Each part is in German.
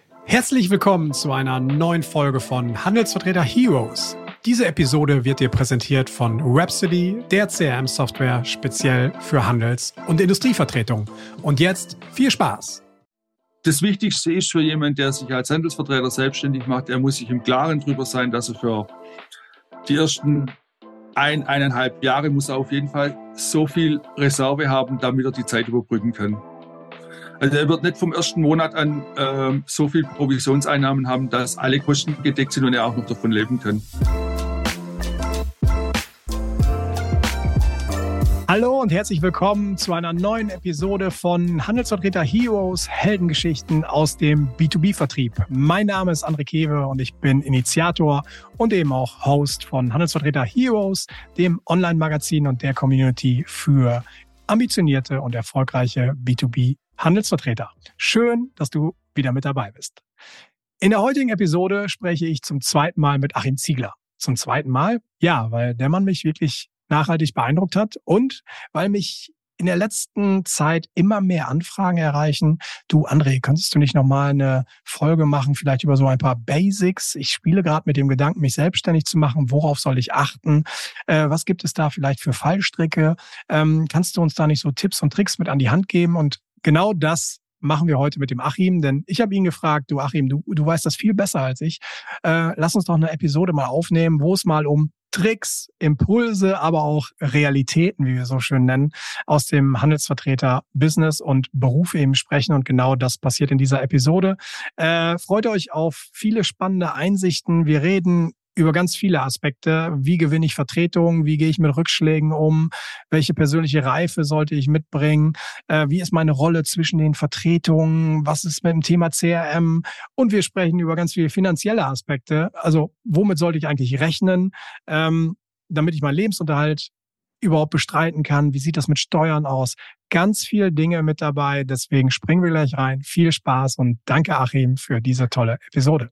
Herzlich willkommen zu einer neuen Folge von Handelsvertreter Heroes. Diese Episode wird dir präsentiert von Rhapsody, der CRM-Software speziell für Handels- und Industrievertretung. Und jetzt viel Spaß! Das Wichtigste ist für jemanden, der sich als Handelsvertreter selbstständig macht, er muss sich im Klaren darüber sein, dass er für die ersten 1,5 Jahre muss er auf jeden Fall so viel Reserve haben, damit er die Zeit überbrücken kann. Also er wird nicht vom ersten Monat an so viel Provisionseinnahmen haben, dass alle Kosten gedeckt sind und er auch noch davon leben kann. Hallo und herzlich willkommen zu einer neuen Episode von Handelsvertreter Heroes, Heldengeschichten aus dem B2B-Vertrieb. Mein Name ist André Kewe und ich bin Initiator und eben auch Host von Handelsvertreter Heroes, dem Online-Magazin und der Community für ambitionierte und erfolgreiche B2B-Handelsvertreter. Schön, dass du wieder mit dabei bist. In der heutigen Episode spreche ich zum zweiten Mal mit Achim Ziegler. Zum zweiten Mal? Ja, weil der Mann mich wirklich nachhaltig beeindruckt hat und weil mich in der letzten Zeit immer mehr Anfragen erreichen. Du, André, könntest du nicht nochmal eine Folge machen, vielleicht über so ein paar Basics? Ich spiele gerade mit dem Gedanken, mich selbstständig zu machen. Worauf soll ich achten? Was gibt es da vielleicht für Fallstricke? Kannst du uns da nicht so Tipps und Tricks mit an die Hand geben? Und genau das machen wir heute mit dem Achim, denn ich habe ihn gefragt, du Achim, du weißt das viel besser als ich. Lass uns doch eine Episode mal aufnehmen, wo es mal um Tricks, Impulse, aber auch Realitäten, wie wir so schön nennen, aus dem Handelsvertreter-Business und Beruf eben sprechen. Und genau das passiert in dieser Episode. Freut euch auf viele spannende Einsichten. Wir reden über ganz viele Aspekte. Wie gewinne ich Vertretungen? Wie gehe ich mit Rückschlägen um? Welche persönliche Reife sollte ich mitbringen? Wie ist meine Rolle zwischen den Vertretungen? Was ist mit dem Thema CRM? Und wir sprechen über ganz viele finanzielle Aspekte. Also womit sollte ich eigentlich rechnen, damit ich meinen Lebensunterhalt überhaupt bestreiten kann? Wie sieht das mit Steuern aus? Ganz viele Dinge mit dabei. Deswegen springen wir gleich rein. Viel Spaß und danke, Achim, für diese tolle Episode.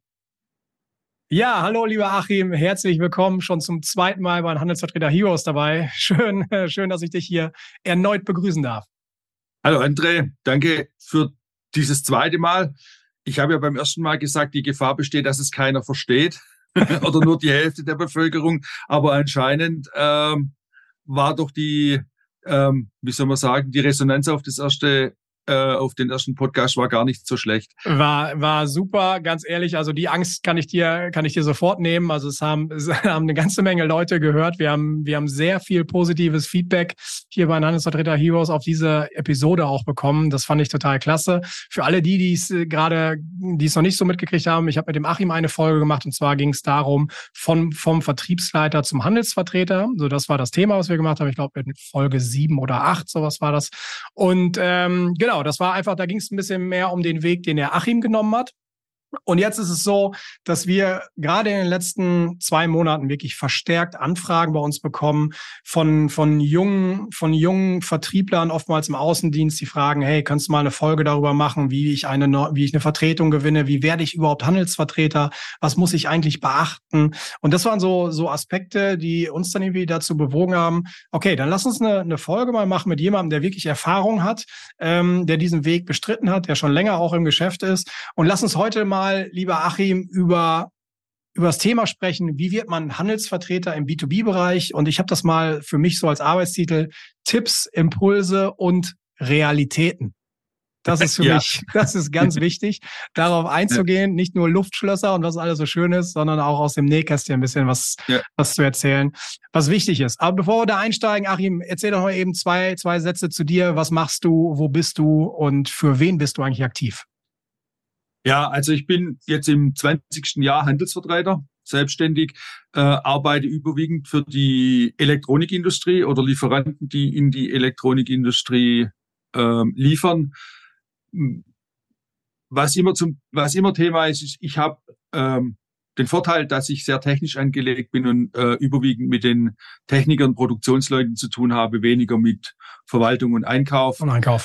Ja, hallo lieber Achim, herzlich willkommen schon zum zweiten Mal bei Handelsvertreter Heroes dabei. Schön, dass ich dich hier erneut begrüßen darf. Hallo André, danke für dieses zweite Mal. Ich habe ja beim ersten Mal gesagt, die Gefahr besteht, dass es keiner versteht oder nur die Hälfte der Bevölkerung. Aber anscheinend war doch die, wie soll man sagen, die Resonanz auf den ersten Podcast war gar nicht so schlecht. War super, ganz ehrlich. Also die Angst kann ich dir sofort nehmen. Also es haben eine ganze Menge Leute gehört. Wir haben sehr viel positives Feedback hier bei Handelsvertreter Heroes auf diese Episode auch bekommen. Das fand ich total klasse. Für alle die es noch nicht so mitgekriegt haben, ich habe mit dem Achim eine Folge gemacht und zwar ging es darum, vom Vertriebsleiter zum Handelsvertreter. So, das war das Thema, was wir gemacht haben. Ich glaube, in Folge 7 oder 8, sowas war das. Und genau, das war einfach, da ging es ein bisschen mehr um den Weg, den der Achim genommen hat. Und jetzt ist es so, dass wir gerade in den letzten 2 Monaten wirklich verstärkt Anfragen bei uns bekommen von jungen Vertrieblern, oftmals im Außendienst, die fragen, hey, kannst du mal eine Folge darüber machen, wie ich eine Vertretung gewinne, wie werde ich überhaupt Handelsvertreter, was muss ich eigentlich beachten? Und das waren so Aspekte, die uns dann irgendwie dazu bewogen haben, okay, dann lass uns eine Folge mal machen mit jemandem, der wirklich Erfahrung hat, der diesen Weg bestritten hat, der schon länger auch im Geschäft ist. Und lass uns heute mal, lieber Achim, über das Thema sprechen, wie wird man Handelsvertreter im B2B-Bereich? Und ich habe das mal für mich so als Arbeitstitel: Tipps, Impulse und Realitäten. Das ist für mich, das ist ganz wichtig, darauf einzugehen, nicht nur Luftschlösser und was alles so schön ist, sondern auch aus dem Nähkästchen ein bisschen was zu erzählen, was wichtig ist. Aber bevor wir da einsteigen, Achim, erzähl doch mal eben zwei Sätze zu dir. Was machst du? Wo bist du? Und für wen bist du eigentlich aktiv? Ja, also ich bin jetzt im 20. Jahr Handelsvertreter, selbstständig, arbeite überwiegend für die Elektronikindustrie oder Lieferanten, die in die Elektronikindustrie liefern. Was immer Thema ist, ich habe den Vorteil, dass ich sehr technisch angelegt bin und überwiegend mit den Technikern, Produktionsleuten zu tun habe, weniger mit Verwaltung und Einkauf.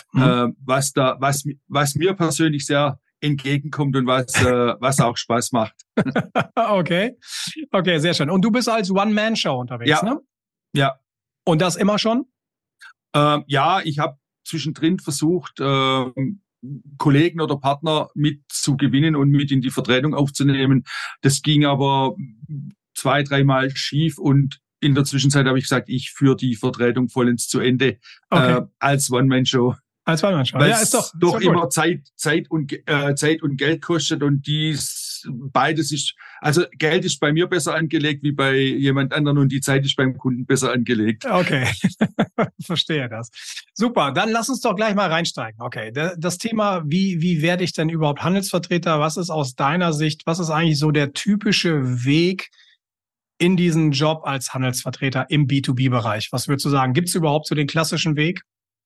Was mir persönlich sehr entgegenkommt und was auch Spaß macht. Okay, sehr schön. Und du bist als One-Man-Show unterwegs, ne? Ja. Und das immer schon? Ja, ich habe zwischendrin versucht, Kollegen oder Partner mit zu gewinnen und mit in die Vertretung aufzunehmen. Das ging aber 2-3 Mal schief und in der Zwischenzeit habe ich gesagt, ich führe die Vertretung vollends zu Ende, Okay. als One-Man-Show. Als Weinmannschaft. Weil Ja, es ist doch doch immer gut. Zeit und Geld kostet und beides ist, also Geld ist bei mir besser angelegt wie bei jemand anderen und die Zeit ist beim Kunden besser angelegt. Okay, verstehe das. Super, dann lass uns doch gleich mal reinsteigen. Okay, das Thema, wie werde ich denn überhaupt Handelsvertreter? Was ist aus deiner Sicht, was ist eigentlich so der typische Weg in diesen Job als Handelsvertreter im B2B-Bereich? Was würdest du sagen? Gibt es überhaupt so den klassischen Weg?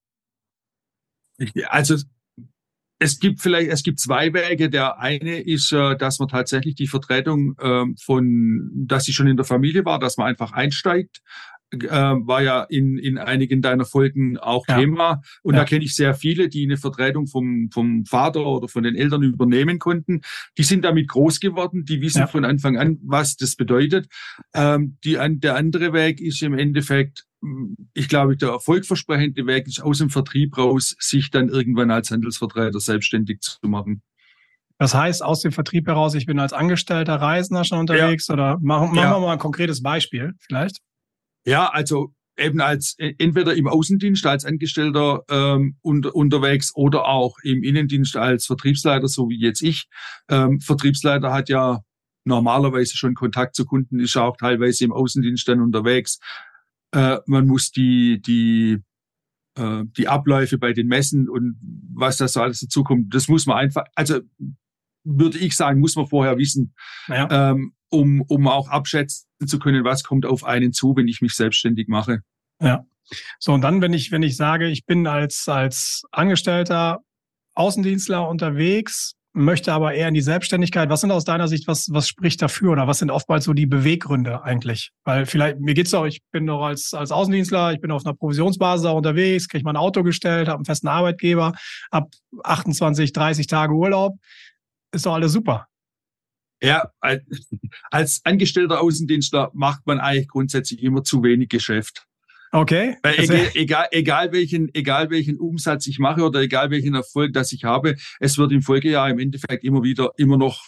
Also es gibt 2 Wege. Der eine ist, dass man tatsächlich die Vertretung dass sie schon in der Familie war, dass man einfach einsteigt. War ja in einigen deiner Folgen auch Ja, Thema. Und da ja, kenne ich sehr viele, die eine Vertretung vom Vater oder von den Eltern übernehmen konnten. Die sind damit groß geworden, die wissen ja. von Anfang an, was das bedeutet. Der andere Weg ist im Endeffekt, ich glaube, der erfolgversprechende Weg ist aus dem Vertrieb raus, sich dann irgendwann als Handelsvertreter selbstständig zu machen. Das heißt, aus dem Vertrieb heraus, ich bin als angestellter Reisender schon Ja, unterwegs oder machen wir ja, mal ein konkretes Beispiel vielleicht? ja, also eben entweder im Außendienst als Angestellter unterwegs oder auch im Innendienst als Vertriebsleiter, so wie jetzt ich. Vertriebsleiter hat ja normalerweise schon Kontakt zu Kunden, ist auch teilweise im Außendienst dann unterwegs. Man muss die Abläufe bei den Messen und was da so alles dazukommt, das muss man einfach, also würde ich sagen, muss man vorher wissen, Ja. um auch abschätzen zu können, was kommt auf einen zu, wenn ich mich selbstständig mache. Ja. So, und dann, wenn ich sage, ich bin als Angestellter Außendienstler unterwegs, möchte aber eher in die Selbstständigkeit, was sind aus deiner Sicht, was spricht dafür oder was sind oftmals so die Beweggründe eigentlich? Weil vielleicht, mir geht's doch, ich bin doch als Außendienstler, ich bin auf einer Provisionsbasis auch unterwegs, kriege mein Auto gestellt, habe einen festen Arbeitgeber, habe 28, 30 Tage Urlaub, ist doch alles super. Ja, als angestellter Außendienstler macht man eigentlich grundsätzlich immer zu wenig Geschäft. Okay. Weil egal welchen Umsatz ich mache oder egal welchen Erfolg, das ich habe, es wird im Folgejahr im Endeffekt immer noch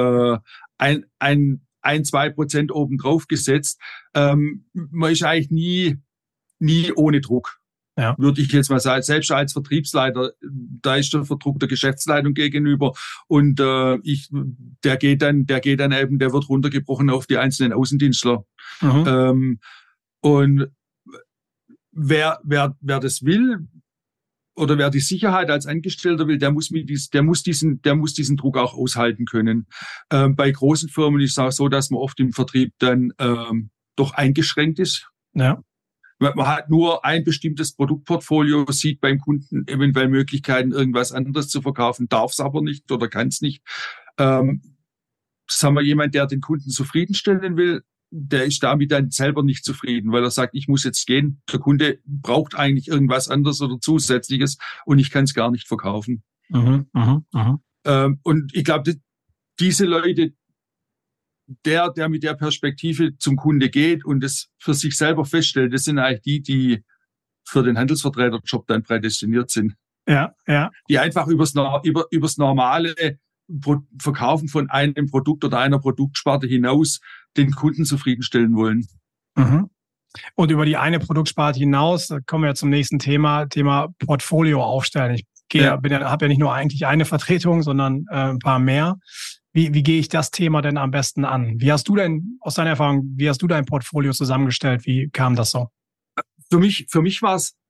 ein 2% obendrauf gesetzt. Man ist eigentlich nie ohne Druck. Ja. Würde ich jetzt mal sagen, selbst als Vertriebsleiter, da ist der Druck der Geschäftsleitung gegenüber und der geht dann eben, der wird runtergebrochen auf die einzelnen Außendienstler. Mhm. Und wer das will oder wer die Sicherheit als Angestellter will, der muss diesen Druck auch aushalten können. Bei großen Firmen ist es auch so, dass man oft im Vertrieb dann doch eingeschränkt ist. Ja. Man hat nur ein bestimmtes Produktportfolio, sieht beim Kunden eventuell Möglichkeiten, irgendwas anderes zu verkaufen, darf es aber nicht oder kann es nicht. Sagen wir, jemand, der den Kunden zufriedenstellen will, der ist damit dann selber nicht zufrieden, weil er sagt, ich muss jetzt gehen. Der Kunde braucht eigentlich irgendwas anderes oder Zusätzliches und ich kann es gar nicht verkaufen. Mhm. Mhm. Mhm. Und ich glaube, diese Leute, der mit der Perspektive zum Kunde geht und es für sich selber feststellt, das sind eigentlich die für den Handelsvertreterjob dann prädestiniert sind. Ja, ja. Die einfach übers normale Verkaufen von einem Produkt oder einer Produktsparte hinaus den Kunden zufriedenstellen wollen. Mhm. Und über die eine Produktsparte hinaus, da kommen wir zum nächsten Thema Portfolio aufstellen. Ich habe ja nicht nur eigentlich eine Vertretung, sondern ein paar mehr. Wie gehe ich das Thema denn am besten an? Wie hast du denn, aus deiner Erfahrung, wie hast du dein Portfolio zusammengestellt? Wie kam das so? Für mich war es,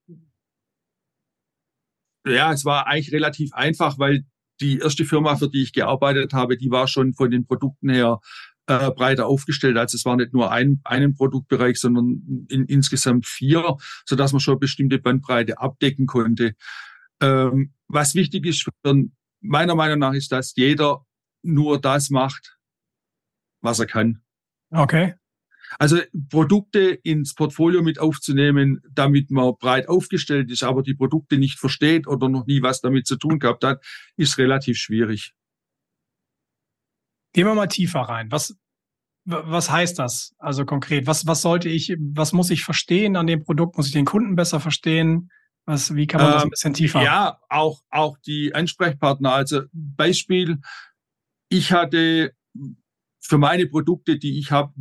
es war eigentlich relativ einfach, weil die erste Firma, für die ich gearbeitet habe, die war schon von den Produkten her breiter aufgestellt. Also es war nicht nur einen Produktbereich, sondern insgesamt 4, sodass man schon eine bestimmte Bandbreite abdecken konnte. Was wichtig ist, meiner Meinung nach, ist, dass jeder nur das macht, was er kann. Okay. Also Produkte ins Portfolio mit aufzunehmen, damit man breit aufgestellt ist, aber die Produkte nicht versteht oder noch nie was damit zu tun gehabt hat, ist relativ schwierig. Gehen wir mal tiefer rein. Was heißt das also konkret? Was muss ich verstehen an dem Produkt? Muss ich den Kunden besser verstehen? Wie kann man das ein bisschen tiefer? Ja, auch die Ansprechpartner. Also Beispiel, ich hatte für meine Produkte, die ich habe,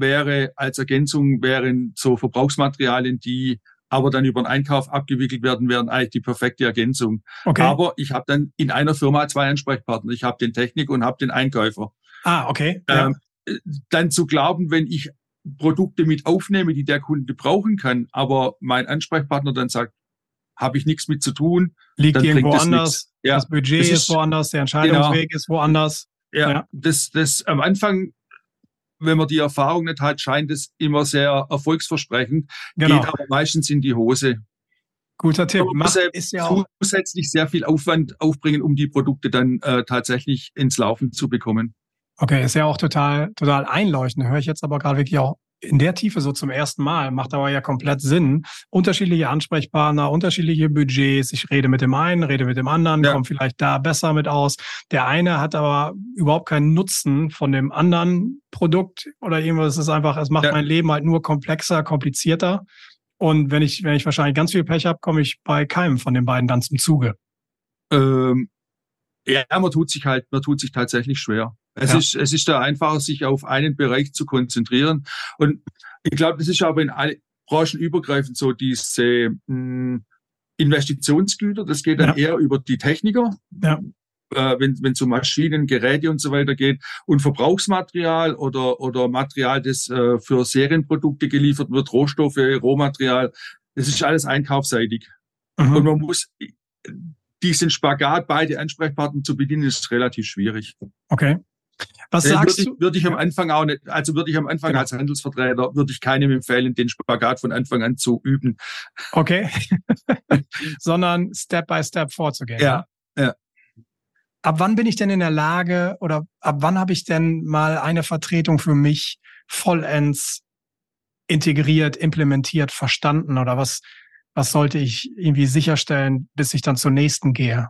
wären so Verbrauchsmaterialien, die aber dann über den Einkauf abgewickelt werden, wären eigentlich die perfekte Ergänzung. Okay. Aber ich habe dann in einer Firma 2 Ansprechpartner. Ich habe den Techniker und habe den Einkäufer. Okay. Ja. Dann zu glauben, wenn ich Produkte mit aufnehme, die der Kunde brauchen kann, aber mein Ansprechpartner dann sagt, habe ich nichts mit zu tun, liegt dann irgendwo bringt das anders, nichts. Ja, das Budget ist woanders, der Entscheidungsweg ist woanders. Ja. Das am Anfang, wenn man die Erfahrung nicht hat, scheint es immer sehr erfolgsversprechend, geht aber meistens in die Hose. Guter Tipp. Man muss zusätzlich sehr viel Aufwand aufbringen, um die Produkte dann tatsächlich ins Laufen zu bekommen. Okay, ist ja auch total einleuchtend. Höre ich jetzt aber gerade wirklich auch in der Tiefe so zum ersten Mal. Macht aber ja komplett Sinn. Unterschiedliche Ansprechpartner, unterschiedliche Budgets. Ich rede mit dem einen, rede mit dem anderen, komme vielleicht da besser mit aus. Der eine hat aber überhaupt keinen Nutzen von dem anderen Produkt oder irgendwas. Es ist einfach, es macht mein Leben halt nur komplexer, komplizierter. Und wenn ich wahrscheinlich ganz viel Pech habe, komme ich bei keinem von den beiden dann zum Zuge. Man tut sich tatsächlich schwer. Es ist da einfacher, sich auf einen Bereich zu konzentrieren. Und ich glaube, das ist aber in alle Branchen übergreifend so, diese Investitionsgüter, das geht dann eher über die Techniker. Wenn es um Maschinen, Geräte und so weiter geht und Verbrauchsmaterial oder Material, das für Serienprodukte geliefert wird, Rohstoffe, Rohmaterial, das ist alles einkaufsseitig. Und man muss diesen Spagat, beide Ansprechpartner zu bedienen, ist relativ schwierig. Okay. Was sagst du? Würde ich am Anfang auch nicht, als Handelsvertreter, würde ich keinem empfehlen, den Spagat von Anfang an zu üben. Okay. Sondern Step by Step vorzugehen. Ja. Ab wann bin ich denn in der Lage oder ab wann habe ich denn mal eine Vertretung für mich vollends integriert, implementiert, verstanden oder was sollte ich irgendwie sicherstellen, bis ich dann zur nächsten gehe?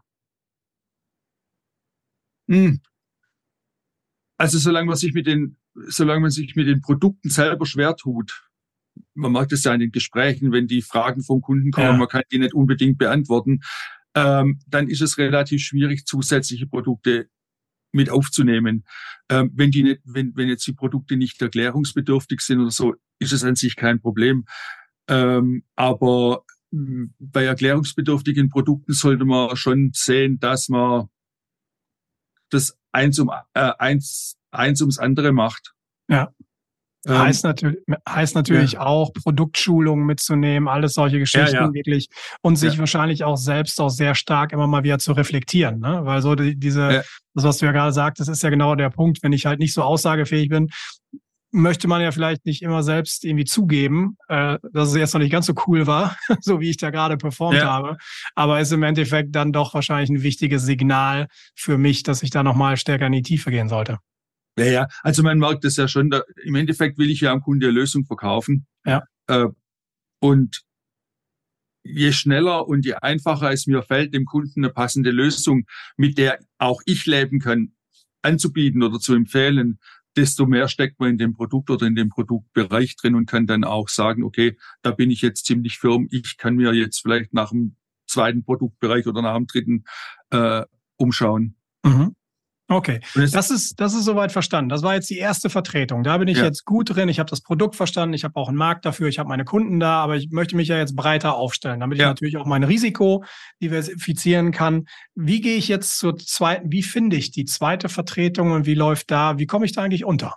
Also solange man sich mit den Produkten selber schwer tut, man merkt es ja in den Gesprächen, wenn die Fragen vom Kunden kommen, man kann die nicht unbedingt beantworten, dann ist es relativ schwierig, zusätzliche Produkte mit aufzunehmen. Wenn jetzt die Produkte nicht erklärungsbedürftig sind oder so, ist es an sich kein Problem. Aber bei erklärungsbedürftigen Produkten sollte man schon sehen, dass man das eins ums andere macht. Ja. Heißt natürlich auch, Produktschulungen mitzunehmen, alles solche Geschichten wirklich und sich wahrscheinlich auch selbst auch sehr stark immer mal wieder zu reflektieren, ne? Weil so das, was du ja gerade sagtest, ist ja genau der Punkt, wenn ich halt nicht so aussagefähig bin, möchte man ja vielleicht nicht immer selbst irgendwie zugeben, dass es erst noch nicht ganz so cool war, so wie ich da gerade performt habe. Aber ist im Endeffekt dann doch wahrscheinlich ein wichtiges Signal für mich, dass ich da nochmal stärker in die Tiefe gehen sollte. Ja, also man merkt das ja schon, im Endeffekt will ich ja am Kunde eine Lösung verkaufen. Ja. Und je schneller und je einfacher es mir fällt, dem Kunden eine passende Lösung, mit der auch ich leben kann, anzubieten oder zu empfehlen, desto mehr steckt man in dem Produkt oder in dem Produktbereich drin und kann dann auch sagen, okay, da bin ich jetzt ziemlich firm, ich kann mir jetzt vielleicht nach dem zweiten Produktbereich oder nach dem dritten umschauen. Okay, das ist soweit verstanden. Das war jetzt die erste Vertretung. Da bin ich jetzt gut drin. Ich habe das Produkt verstanden. Ich habe auch einen Markt dafür. Ich habe meine Kunden da. Aber ich möchte mich ja jetzt breiter aufstellen, damit ich natürlich auch mein Risiko diversifizieren kann. Wie gehe ich jetzt zur zweiten? Wie finde ich die zweite Vertretung und wie läuft da? Wie komme ich da eigentlich unter?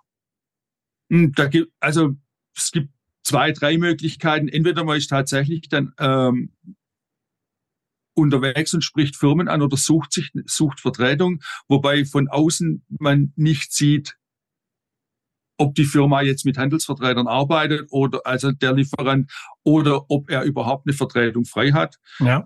Es gibt 2, 3 Möglichkeiten. Entweder man ist tatsächlich dann unterwegs und spricht Firmen an oder sucht Vertretung, wobei von außen man nicht sieht, ob die Firma jetzt mit Handelsvertretern arbeitet oder also der Lieferant oder ob er überhaupt eine Vertretung frei hat. Ja.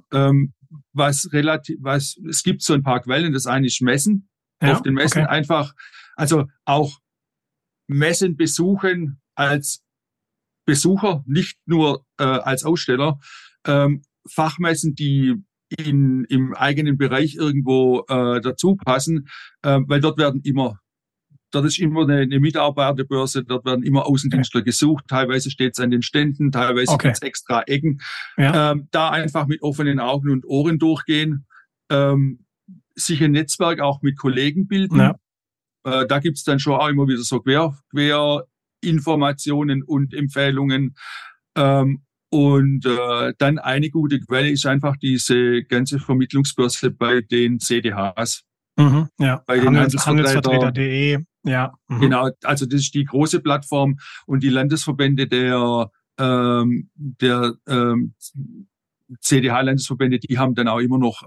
Es gibt so ein paar Quellen. Das eine ist Messen. Auf den Messen einfach, also auch Messen besuchen als Besucher, nicht nur als Aussteller. Fachmessen, die im eigenen Bereich irgendwo dazu passen, weil dort werden immer dort ist immer eine Mitarbeiterbörse, dort werden immer Außendienstler gesucht, teilweise steht es an den Ständen, teilweise gibt es extra Ecken. Ja. Da einfach mit offenen Augen und Ohren durchgehen, sich ein Netzwerk auch mit Kollegen bilden. Ja. Da gibt es dann schon auch immer wieder so Querinformationen und Empfehlungen. Und dann eine gute Quelle ist einfach diese ganze Vermittlungsbörse bei den CDHs. Ja, bei den Handelsvertreter.de. Ja. Genau, also das ist die große Plattform und die Landesverbände der CDH-Landesverbände, die haben dann auch immer noch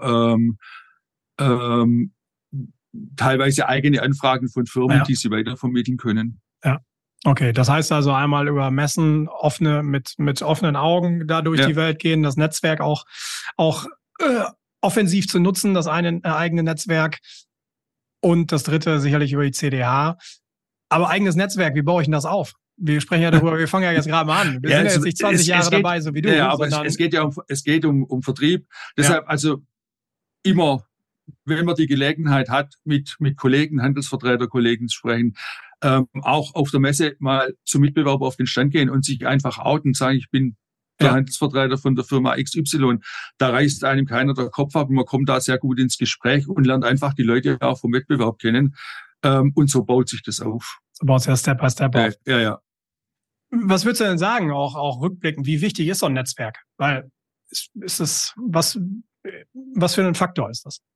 teilweise eigene Anfragen von Firmen, die sie weitervermitteln können. Ja. Okay, das heißt also einmal über Messen mit offenen Augen da durch die Welt gehen, das Netzwerk auch offensiv zu nutzen, das eigene Netzwerk. Und das dritte sicherlich über die CDH. Aber eigenes Netzwerk, wie baue ich denn das auf? Wir sprechen ja darüber, wir fangen ja jetzt gerade mal an. Wir sind ja jetzt nicht 20 Jahre dabei, so wie du. Ja, aber es geht um Vertrieb. Deshalb also immer, wenn man die Gelegenheit hat, mit Kollegen, Handelsvertreterkollegen zu sprechen, auch auf der Messe mal zum Mitbewerber auf den Stand gehen und sich einfach outen und sagen, ich bin der Handelsvertreter von der Firma XY. Da reißt einem keiner der Kopf ab und man kommt da sehr gut ins Gespräch und lernt einfach die Leute auch vom Wettbewerb kennen. Und so baut sich das auf. So baut sich das Step by Step auf. Ja. Was würdest du denn sagen, auch rückblickend, wie wichtig ist so ein Netzwerk? Weil ist es was für ein Faktor ist das?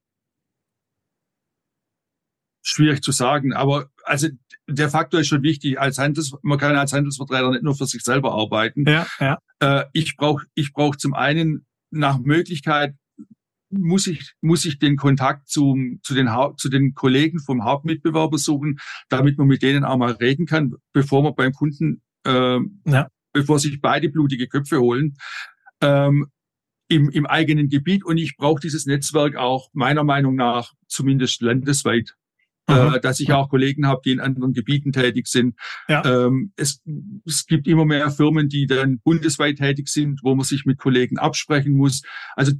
Schwierig zu sagen, aber also der Faktor ist schon wichtig. Man kann als Handelsvertreter nicht nur für sich selber arbeiten. Ja. Ich brauche zum einen nach Möglichkeit muss ich den Kontakt zu den Kollegen vom Hauptmitbewerber suchen, damit man mit denen auch mal reden kann, bevor man beim Kunden, bevor sich beide blutige Köpfe holen. Im eigenen Gebiet, und ich brauche dieses Netzwerk auch meiner Meinung nach zumindest landesweit. Dass ich auch Kollegen habe, die in anderen Gebieten tätig sind. Ja. Es gibt immer mehr Firmen, die dann bundesweit tätig sind, wo man sich mit Kollegen absprechen muss. Also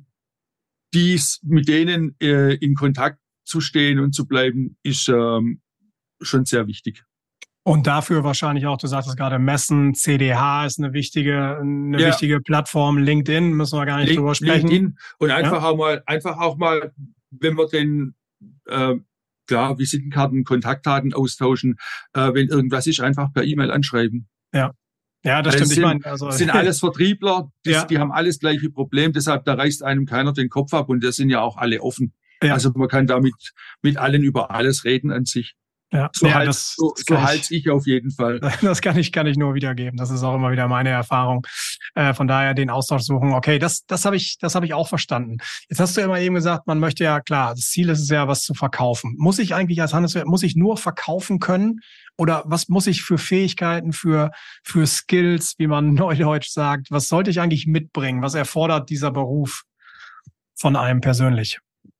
mit denen in Kontakt zu stehen und zu bleiben, ist schon sehr wichtig. Und dafür wahrscheinlich auch, du sagtest gerade, Messen, CDH ist eine wichtige Plattform, LinkedIn, müssen wir gar nicht drüber sprechen. LinkedIn und einfach auch mal, wenn wir den Visitenkarten, Kontaktdaten austauschen. Wenn irgendwas ist, einfach per E-Mail anschreiben. Ja, das stimmt. Sind alles Vertriebler, die haben alles gleiche Problem, deshalb da reißt einem keiner den Kopf ab und das sind ja auch alle offen. Ja. Also man kann da mit allen über alles reden an sich. Ja, so halte ich auf jeden Fall. Das kann ich nur wiedergeben. Das ist auch immer wieder meine Erfahrung. Von daher den Austausch suchen. Okay, das habe ich auch verstanden. Jetzt hast du ja immer eben gesagt, man möchte ja, klar, das Ziel ist es ja, was zu verkaufen. Muss ich eigentlich als Handelswirt, nur verkaufen können? Oder was muss ich für Fähigkeiten, für Skills, wie man neudeutsch sagt, was sollte ich eigentlich mitbringen? Was erfordert dieser Beruf von einem persönlich?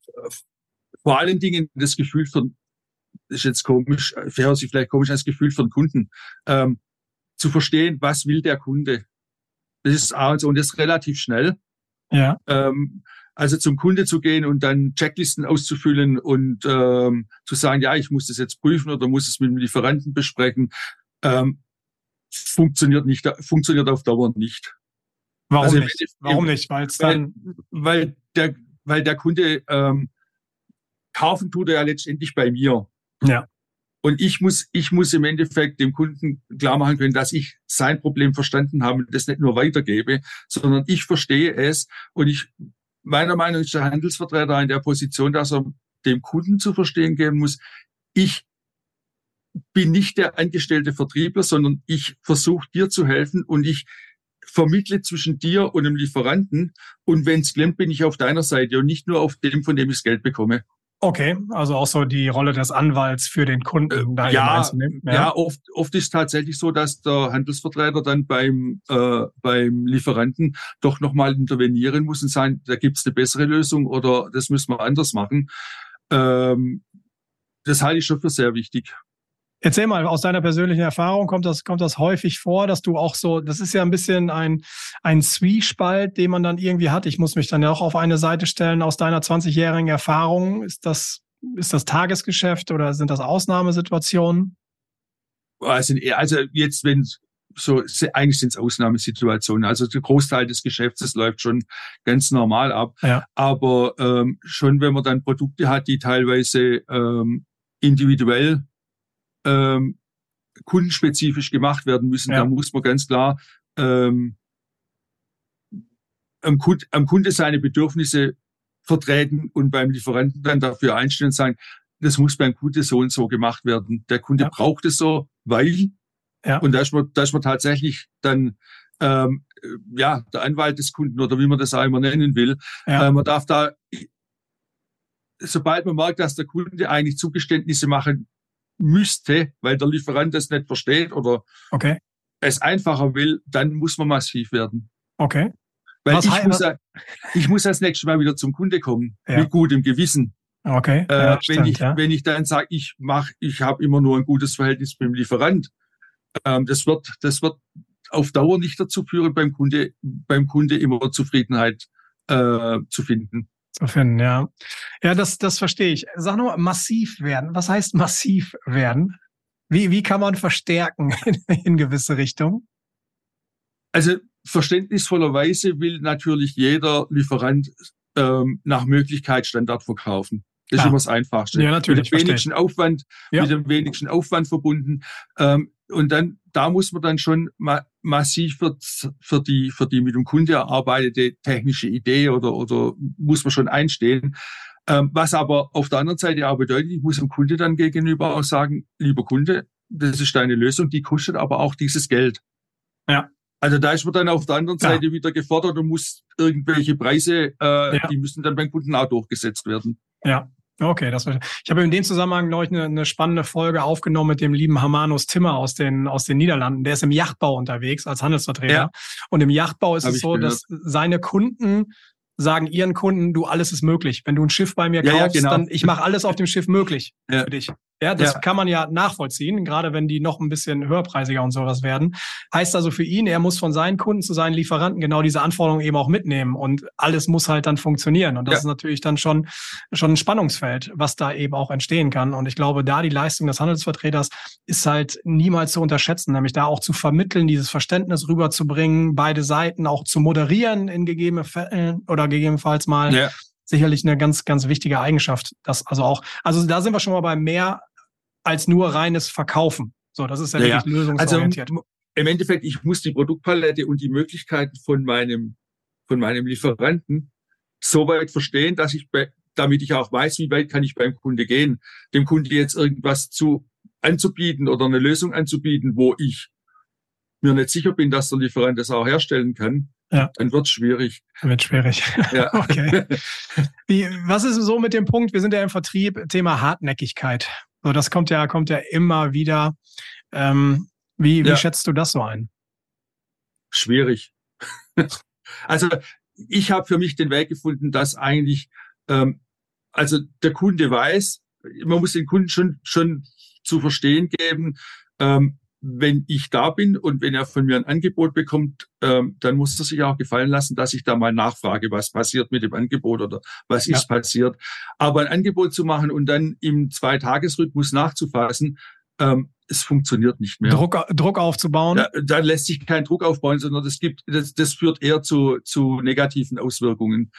Vor allen Dingen das Gefühl von, ist jetzt komisch, hört sich vielleicht komisch als Gefühl für den Kunden, zu verstehen, was will der Kunde. Das ist also, und das relativ schnell. Ja. Also zum Kunde zu gehen und dann Checklisten auszufüllen und zu sagen, ja, ich muss das jetzt prüfen oder muss es mit dem Lieferanten besprechen, funktioniert auf Dauer nicht. Warum nicht? Warum nicht? Weil der Kunde kaufen tut er ja letztendlich bei mir. Ja. Und ich muss im Endeffekt dem Kunden klar machen können, dass ich sein Problem verstanden habe und das nicht nur weitergebe, sondern ich verstehe es. Und meiner Meinung nach ist der Handelsvertreter in der Position, dass er dem Kunden zu verstehen geben muss, ich bin nicht der angestellte Vertriebler, sondern ich versuche dir zu helfen und ich vermittle zwischen dir und dem Lieferanten. Und wenn es klemmt, bin ich auf deiner Seite und nicht nur auf dem, von dem ich das Geld bekomme. Okay, also auch so die Rolle des Anwalts für den Kunden da einzunehmen. Ja, oft ist tatsächlich so, dass der Handelsvertreter dann beim Lieferanten doch nochmal intervenieren muss und sagen, da gibt's eine bessere Lösung oder das müssen wir anders machen. Das halte ich schon für sehr wichtig. Erzähl mal, aus deiner persönlichen Erfahrung kommt das häufig vor, dass du auch so, das ist ja ein bisschen ein Zwiespalt, den man dann irgendwie hat. Ich muss mich dann ja auch auf eine Seite stellen. Aus deiner 20-jährigen Erfahrung, ist das ist das Tagesgeschäft oder sind das Ausnahmesituationen? Also jetzt, wenn so, eigentlich sind es Ausnahmesituationen. Also der Großteil des Geschäfts, das läuft schon ganz normal ab. Ja. Aber schon, wenn man dann Produkte hat, die teilweise individuell kundenspezifisch gemacht werden müssen, dann muss man ganz klar am Kunde seine Bedürfnisse vertreten und beim Lieferanten dann dafür einstellen und sagen, das muss beim Kunde so und so gemacht werden. Der Kunde braucht es so, weil, und da ist man tatsächlich dann der Anwalt des Kunden oder wie man das auch immer nennen will. Man darf da, sobald man merkt, dass der Kunde eigentlich Zugeständnisse machen müsste, weil der Lieferant das nicht versteht oder es einfacher will, dann muss man massiv werden. Okay. Weil ich muss das nächste Mal wieder zum Kunde kommen, mit gutem Gewissen. Okay. Wenn ich dann sage, ich habe immer nur ein gutes Verhältnis mit dem Lieferant, das wird auf Dauer nicht dazu führen, beim Kunde immer Zufriedenheit zu finden. Ja. Ja, das verstehe ich. Sag nur, massiv werden. Was heißt massiv werden? Wie kann man verstärken in gewisse Richtung? Also verständnisvollerweise will natürlich jeder Lieferant nach Möglichkeit Standard verkaufen. Das ist immer das Einfachste. Ja, natürlich. Mit dem wenigsten Aufwand verbunden. Und dann, da muss man dann schon massiv für die mit dem Kunde erarbeitete technische Idee oder muss man schon einstehen. Was aber auf der anderen Seite auch bedeutet, ich muss dem Kunde dann gegenüber auch sagen, lieber Kunde, das ist deine Lösung, die kostet aber auch dieses Geld. Ja. Also da ist man dann auf der anderen Seite wieder gefordert und muss irgendwelche Preise, die müssen dann beim Kunden auch durchgesetzt werden. Ja. Okay, ich habe in dem Zusammenhang, glaube ich, eine spannende Folge aufgenommen mit dem lieben Hermanus Timmer aus den Niederlanden. Der ist im Yachtbau unterwegs als Handelsvertreter. Ja. Und im Yachtbau ist es so, dass seine Kunden sagen ihren Kunden, du, alles ist möglich. Wenn du ein Schiff bei mir kaufst, dann ich mache alles auf dem Schiff möglich für dich. Ja, das kann man ja nachvollziehen, gerade wenn die noch ein bisschen höherpreisiger und sowas werden. Heißt also für ihn, er muss von seinen Kunden zu seinen Lieferanten genau diese Anforderungen eben auch mitnehmen und alles muss halt dann funktionieren. Und das ist natürlich dann schon ein Spannungsfeld, was da eben auch entstehen kann. Und ich glaube, da die Leistung des Handelsvertreters ist halt niemals zu unterschätzen, nämlich da auch zu vermitteln, dieses Verständnis rüberzubringen, beide Seiten auch zu moderieren in gegebenen Fällen oder gegebenenfalls mal. Ja. Sicherlich eine ganz, ganz wichtige Eigenschaft. Also da sind wir schon mal bei mehr als nur reines Verkaufen. So, das ist ja wirklich lösungsorientiert. Also im Endeffekt, ich muss die Produktpalette und die Möglichkeiten von meinem Lieferanten so weit verstehen, dass damit ich auch weiß, wie weit kann ich beim Kunde gehen, dem Kunde jetzt irgendwas anzubieten oder eine Lösung anzubieten, wo ich mir nicht sicher bin, dass der Lieferant das auch herstellen kann. Ja. Dann wird's schwierig. Wird schwierig. Ja. Okay. Was ist so mit dem Punkt? Wir sind ja im Vertrieb, Thema Hartnäckigkeit. So, das kommt ja immer wieder. Wie schätzt du das so ein? Schwierig. Also ich habe für mich den Weg gefunden, dass eigentlich, also der Kunde weiß, man muss den Kunden schon zu verstehen geben, wenn ich da bin und wenn er von mir ein Angebot bekommt, dann muss er sich auch gefallen lassen, dass ich da mal nachfrage, was passiert mit dem Angebot oder was ist passiert. Aber ein Angebot zu machen und dann im 2-Tages-Rhythmus nachzufassen, es funktioniert nicht mehr. Druck aufzubauen? Da lässt sich kein Druck aufbauen, sondern das führt eher zu negativen Auswirkungen.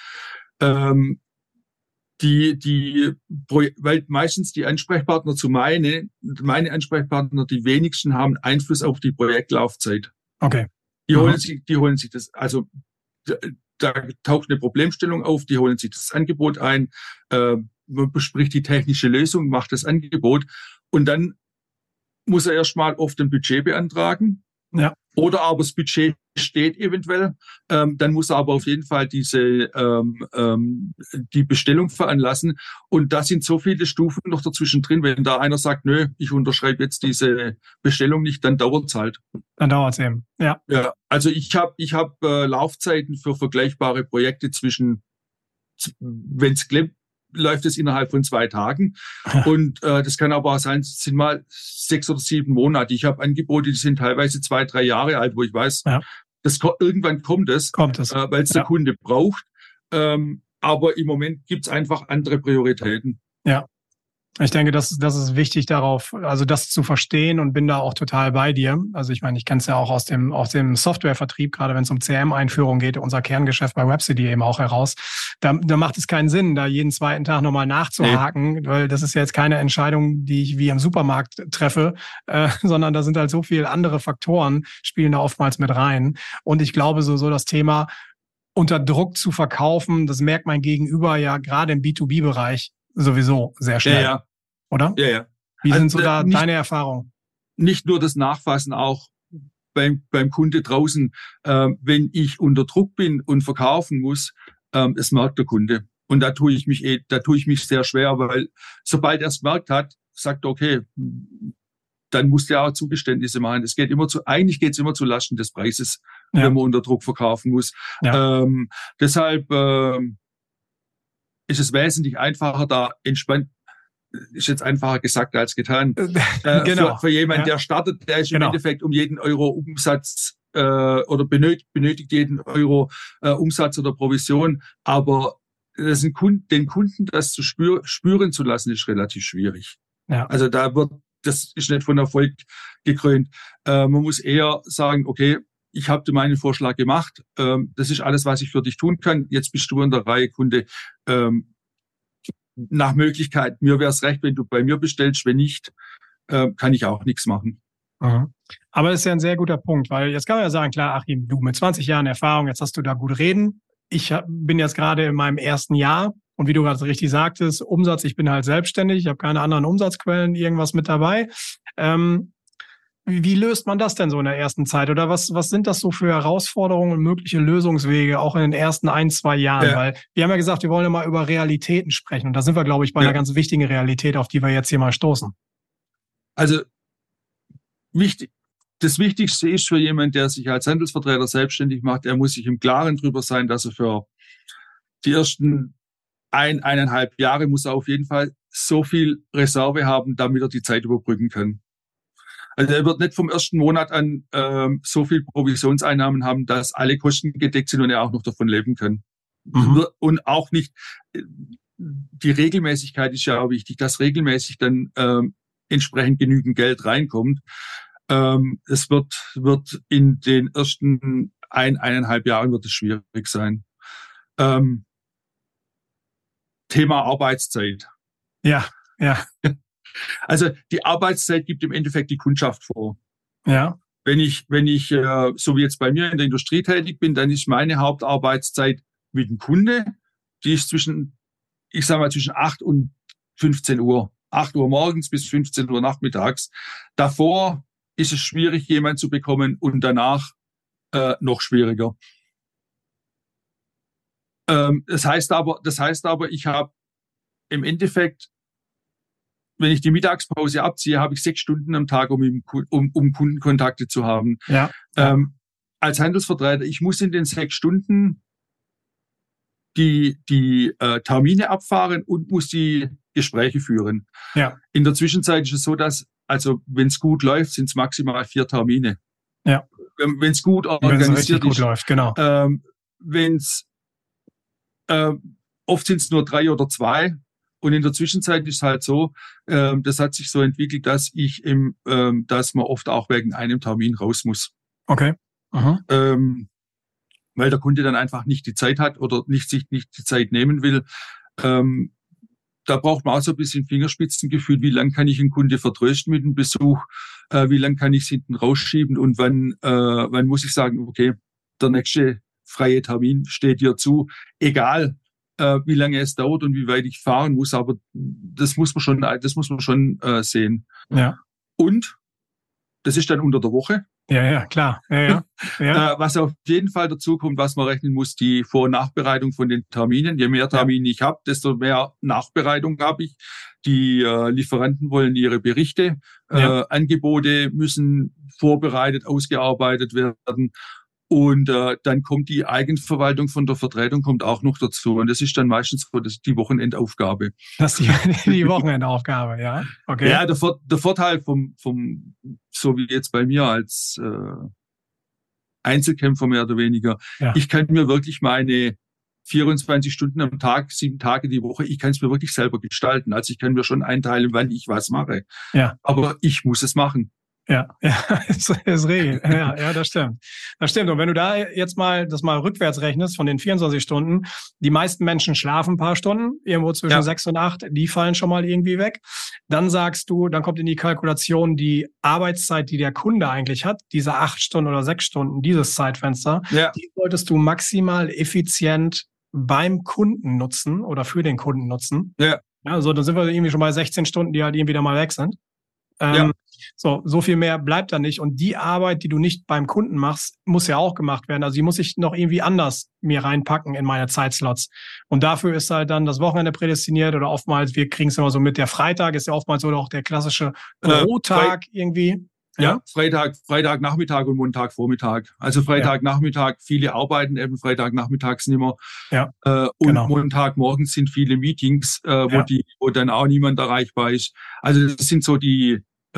Weil meistens die Ansprechpartner meine Ansprechpartner, die wenigsten haben Einfluss auf die Projektlaufzeit. Okay. Die holen sich das, also da taucht eine Problemstellung auf, die holen sich das Angebot ein, man bespricht die technische Lösung, macht das Angebot und dann muss er erstmal oft ein Budget beantragen. Ja. Oder aber das Budget steht eventuell, dann muss er aber auf jeden Fall die Bestellung veranlassen. Und da sind so viele Stufen noch dazwischen drin. Wenn da einer sagt, nö, ich unterschreibe jetzt diese Bestellung nicht, dann dauert's halt. Dann dauert's eben, ja. Ja, also ich hab Laufzeiten für vergleichbare Projekte wenn's klappt, läuft es innerhalb von 2 Tagen. Und das kann aber auch sein, es sind mal 6 oder 7 Monate. Ich habe Angebote, die sind teilweise 2-3 Jahre alt, wo ich weiß, irgendwann kommt es. Weil es der Kunde braucht. Aber im Moment gibt's einfach andere Prioritäten. Ja. Ich denke, das ist wichtig darauf, also das zu verstehen und bin da auch total bei dir. Also ich meine, ich kenne es ja auch aus dem Softwarevertrieb, gerade wenn es um CRM-Einführung geht, unser Kerngeschäft bei Webcity eben auch heraus. Da macht es keinen Sinn, da jeden zweiten Tag nochmal nachzuhaken, weil das ist ja jetzt keine Entscheidung, die ich wie im Supermarkt treffe, sondern da sind halt so viele andere Faktoren, spielen da oftmals mit rein. Und ich glaube, so das Thema unter Druck zu verkaufen, das merkt mein Gegenüber ja gerade im B2B-Bereich sowieso sehr schnell. Ja, oder? ja. Wie Also sind so da deine Erfahrungen? Nicht nur das Nachfassen, auch beim Kunde draußen. Wenn ich unter Druck bin und verkaufen muss, es merkt der Kunde. Und da tue ich mich sehr schwer, weil sobald er es gemerkt hat, sagt er, okay, dann muss der auch Zugeständnisse machen. Eigentlich geht es immer zu Lasten des Preises, wenn man unter Druck verkaufen muss. Ja. Deshalb ist es wesentlich einfacher, da entspannt, ist jetzt einfacher gesagt als getan. Genau. Für jemanden, der startet, der ist im Endeffekt um jeden Euro Umsatz oder benötigt jeden Euro Umsatz oder Provision. Aber den Kunden das zu spüren zu lassen, ist relativ schwierig. Ja. Also das ist nicht von Erfolg gekrönt. Man muss eher sagen, okay, ich habe dir meinen Vorschlag gemacht. Das ist alles, was ich für dich tun kann. Jetzt bist du in der Reihe, Kunde. Nach Möglichkeit, mir wäre es recht, wenn du bei mir bestellst. Wenn nicht, kann ich auch nichts machen. Mhm. Aber das ist ja ein sehr guter Punkt, weil jetzt kann man ja sagen, klar, Achim, du mit 20 Jahren Erfahrung, jetzt hast du da gut reden. Ich bin jetzt gerade in meinem ersten Jahr und wie du gerade richtig sagtest, Umsatz, ich bin halt selbstständig, ich habe keine anderen Umsatzquellen, irgendwas mit dabei. Wie löst man das denn so in der ersten Zeit? Oder was sind das so für Herausforderungen und mögliche Lösungswege, auch in den ersten 1-2 Jahren? Ja. Weil wir haben ja gesagt, wir wollen ja mal über Realitäten sprechen. Und da sind wir, glaube ich, bei einer ganz wichtigen Realität, auf die wir jetzt hier mal stoßen. Also das Wichtigste ist für jemanden, der sich als Handelsvertreter selbstständig macht, er muss sich im Klaren darüber sein, dass er für die ersten 1,5 Jahre muss er auf jeden Fall so viel Reserve haben, damit er die Zeit überbrücken kann. Also er wird nicht vom ersten Monat an so viel Provisionseinnahmen haben, dass alle Kosten gedeckt sind und er auch noch davon leben kann. Mhm. Und auch nicht, die Regelmäßigkeit ist ja auch wichtig, dass regelmäßig dann entsprechend genügend Geld reinkommt. Es wird in den ersten 1,5 Jahren wird es schwierig sein. Thema Arbeitszeit. Ja. Also die Arbeitszeit gibt im Endeffekt die Kundschaft vor. Ja. Wenn ich so wie jetzt bei mir in der Industrie tätig bin, dann ist meine Hauptarbeitszeit mit dem Kunde, die ist zwischen 8 und 15 Uhr. 8 Uhr morgens bis 15 Uhr nachmittags. Davor ist es schwierig, jemanden zu bekommen und danach noch schwieriger. Das heißt aber, ich habe im Endeffekt, wenn ich die Mittagspause abziehe, habe ich 6 Stunden am Tag, um Kundenkontakte zu haben. Ja. Als Handelsvertreter, ich muss in den 6 Stunden die Termine abfahren und muss die Gespräche führen. Ja. In der Zwischenzeit ist es so, dass, also wenn es gut läuft, sind es maximal 4 Termine. Ja. Wenn es gut organisiert gut läuft, genau. Oft sind es nur 3 oder 2. Und in der Zwischenzeit ist es halt so, das hat sich so entwickelt, dass man oft auch wegen einem Termin raus muss. Okay. Weil der Kunde dann einfach nicht die Zeit hat oder sich nicht die Zeit nehmen will. Da braucht man auch so ein bisschen Fingerspitzengefühl. Wie lange kann ich einen Kunde vertrösten mit dem Besuch? Wie lange kann ich es hinten rausschieben? Und wann muss ich sagen, okay, der nächste freie Termin steht dir zu. Egal, wie lange es dauert und wie weit ich fahren muss. Aber das muss man schon sehen. Ja. Und das ist dann unter der Woche. Ja, klar. Ja. Was auf jeden Fall dazu kommt, was man rechnen muss, die Vor- und Nachbereitung von den Terminen. Je mehr Termine ich habe, desto mehr Nachbereitung habe ich. Die Lieferanten wollen ihre Berichte. Angebote müssen vorbereitet, ausgearbeitet werden. Und dann kommt die Eigenverwaltung von der Vertretung kommt auch noch dazu. Und das ist dann meistens so die Wochenendaufgabe. Das ist die Wochenendaufgabe, ja. Okay. Ja, der Vorteil vom so wie jetzt bei mir als Einzelkämpfer mehr oder weniger. Ja. Ich kann mir wirklich meine 24 Stunden am Tag, 7 Tage die Woche. Ich kann es mir wirklich selber gestalten. Also ich kann mir schon einteilen, wann ich was mache. Ja. Aber ich muss es machen. Ja, ist Regel. Ja, das stimmt. Das stimmt. Und wenn du da jetzt mal das mal rückwärts rechnest von den 24 Stunden, die meisten Menschen schlafen ein paar Stunden, irgendwo zwischen 6 und 8, die fallen schon mal irgendwie weg. Dann sagst du, dann kommt in die Kalkulation die Arbeitszeit, die der Kunde eigentlich hat, diese 8 Stunden oder 6 Stunden, dieses Zeitfenster, die solltest du maximal effizient beim Kunden nutzen oder für den Kunden nutzen. Ja. Also dann sind wir irgendwie schon bei 16 Stunden, die halt irgendwie da mal weg sind. So viel mehr bleibt da nicht. Und die Arbeit, die du nicht beim Kunden machst, muss ja auch gemacht werden. Also die muss ich noch irgendwie anders mir reinpacken in meine Zeitslots. Und dafür ist halt dann das Wochenende prädestiniert oder oftmals, wir kriegen es immer so mit, der Freitag ist ja oftmals so auch der klassische Bürotag irgendwie. Ja, Freitag, Nachmittag und Montag, Vormittag. Also Freitag, Nachmittag, viele arbeiten eben Freitag, nachmittags nicht mehr. Ja, und Montag, morgens sind viele Meetings, wo dann auch niemand erreichbar ist. Also das sind so die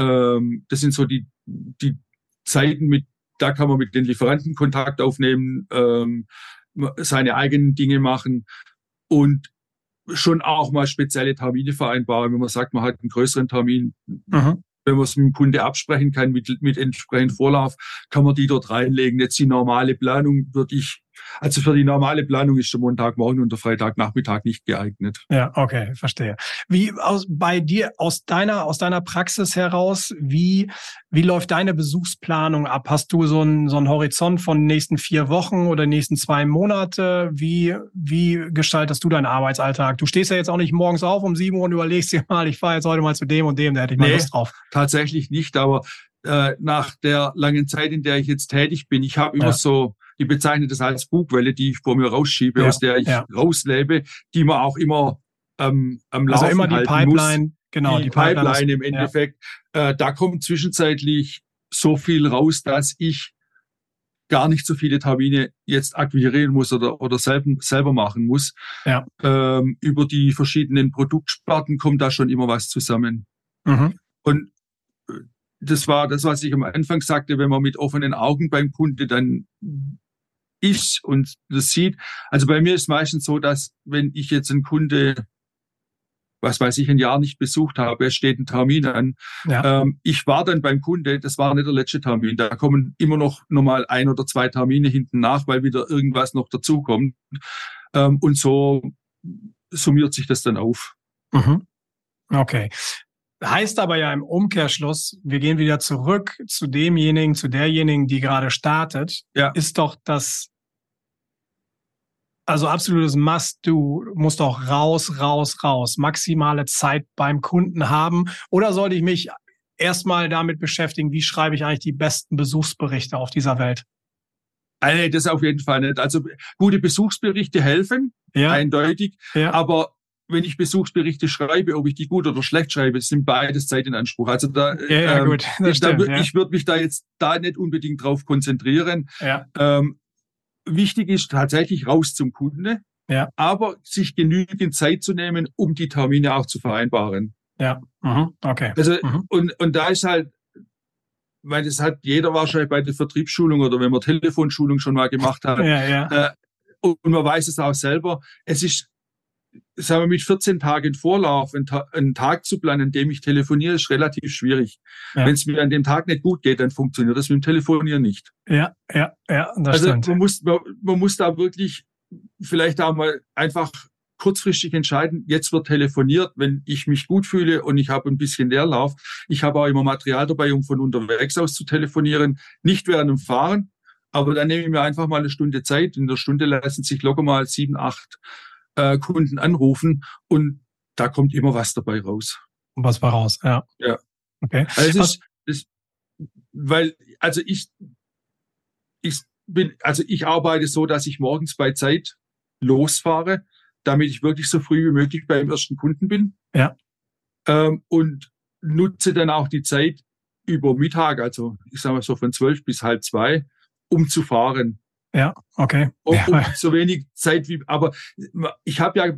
Zeiten, da kann man mit den Lieferanten Kontakt aufnehmen, seine eigenen Dinge machen und schon auch mal spezielle Termine vereinbaren, wenn man sagt, man hat einen größeren Termin. Wenn man es mit dem Kunde absprechen kann, mit entsprechendem Vorlauf, kann man die dort reinlegen. Jetzt die normale Planung also für die normale Planung ist der Montagmorgen und der Freitagnachmittag nicht geeignet. Ja, okay, verstehe. Bei dir, aus deiner Praxis heraus, wie läuft deine Besuchsplanung ab? Hast du so einen Horizont von den nächsten 4 Wochen oder nächsten 2 Monate? Wie gestaltest du deinen Arbeitsalltag? Du stehst ja jetzt auch nicht morgens auf um 7 Uhr und überlegst dir mal, ich fahre jetzt heute mal zu dem und dem, da hätte ich mal Lust drauf. Tatsächlich nicht, aber nach der langen Zeit, in der ich jetzt tätig bin, ich habe immer so, ich bezeichne das als Bugwelle, die ich vor mir rausschiebe, aus der ich rauslebe, die man auch immer am Laufen also immer die Pipeline, muss. Genau. Die Pipeline im Endeffekt. Da kommt zwischenzeitlich so viel raus, dass ich gar nicht so viele Termine jetzt akquirieren muss oder selber machen muss. Ja. Über die verschiedenen Produktsparten kommt da schon immer was zusammen. Und das war das, was ich am Anfang sagte, wenn man mit offenen Augen beim Kunde dann ist und das sieht. Also bei mir ist meistens so, dass wenn ich jetzt einen Kunde, was weiß ich, ein Jahr nicht besucht habe, es steht ein Termin an, ich war dann beim Kunde, das war nicht der letzte Termin, da kommen immer noch mal 1 oder 2 Termine hinten nach, weil wieder irgendwas noch dazukommt. Und so summiert sich das dann auf. Okay. Heißt aber ja im Umkehrschluss, wir gehen wieder zurück zu demjenigen, zu derjenigen, die gerade startet, ist doch das, also absolutes Must-Do, musst doch raus, maximale Zeit beim Kunden haben. Oder sollte ich mich erstmal damit beschäftigen, wie schreibe ich eigentlich die besten Besuchsberichte auf dieser Welt? Nee, das auf jeden Fall nicht. Also gute Besuchsberichte helfen, eindeutig, aber wenn ich Besuchsberichte schreibe, ob ich die gut oder schlecht schreibe, sind beides Zeit in Anspruch. Also da, gut, das stimmt, ich würde mich da jetzt nicht unbedingt drauf konzentrieren. Wichtig ist tatsächlich raus zum Kunde, aber sich genügend Zeit zu nehmen, um die Termine auch zu vereinbaren. Okay. Also und da ist halt, weil das hat jeder wahrscheinlich bei der Vertriebsschulung oder wenn man Telefonschulung schon mal gemacht hat. Und man weiß es auch selber. Es ist, sagen wir, mit 14 Tagen Vorlauf einen Tag zu planen, an dem ich telefoniere, ist relativ schwierig. Wenn es mir an dem Tag nicht gut geht, dann funktioniert das mit dem Telefonieren nicht. Das stimmt. Man muss da wirklich vielleicht auch mal einfach kurzfristig entscheiden, jetzt wird telefoniert, wenn ich mich gut fühle und ich habe ein bisschen Leerlauf. Ich habe auch immer Material dabei, um von unterwegs aus zu telefonieren, nicht während dem Fahren, aber dann nehme ich mir einfach mal eine Stunde Zeit. In der Stunde lassen sich locker mal 7, 8 Kunden anrufen und da kommt immer was dabei raus. Und was war raus, Okay. Also ich arbeite so, dass ich morgens bei Zeit losfahre, damit ich wirklich so früh wie möglich beim ersten Kunden bin. Und nutze dann auch die Zeit über Mittag, also ich sage mal so von 12 bis 1:30, um zu fahren. Okay. Um so wenig Zeit wie, aber ich habe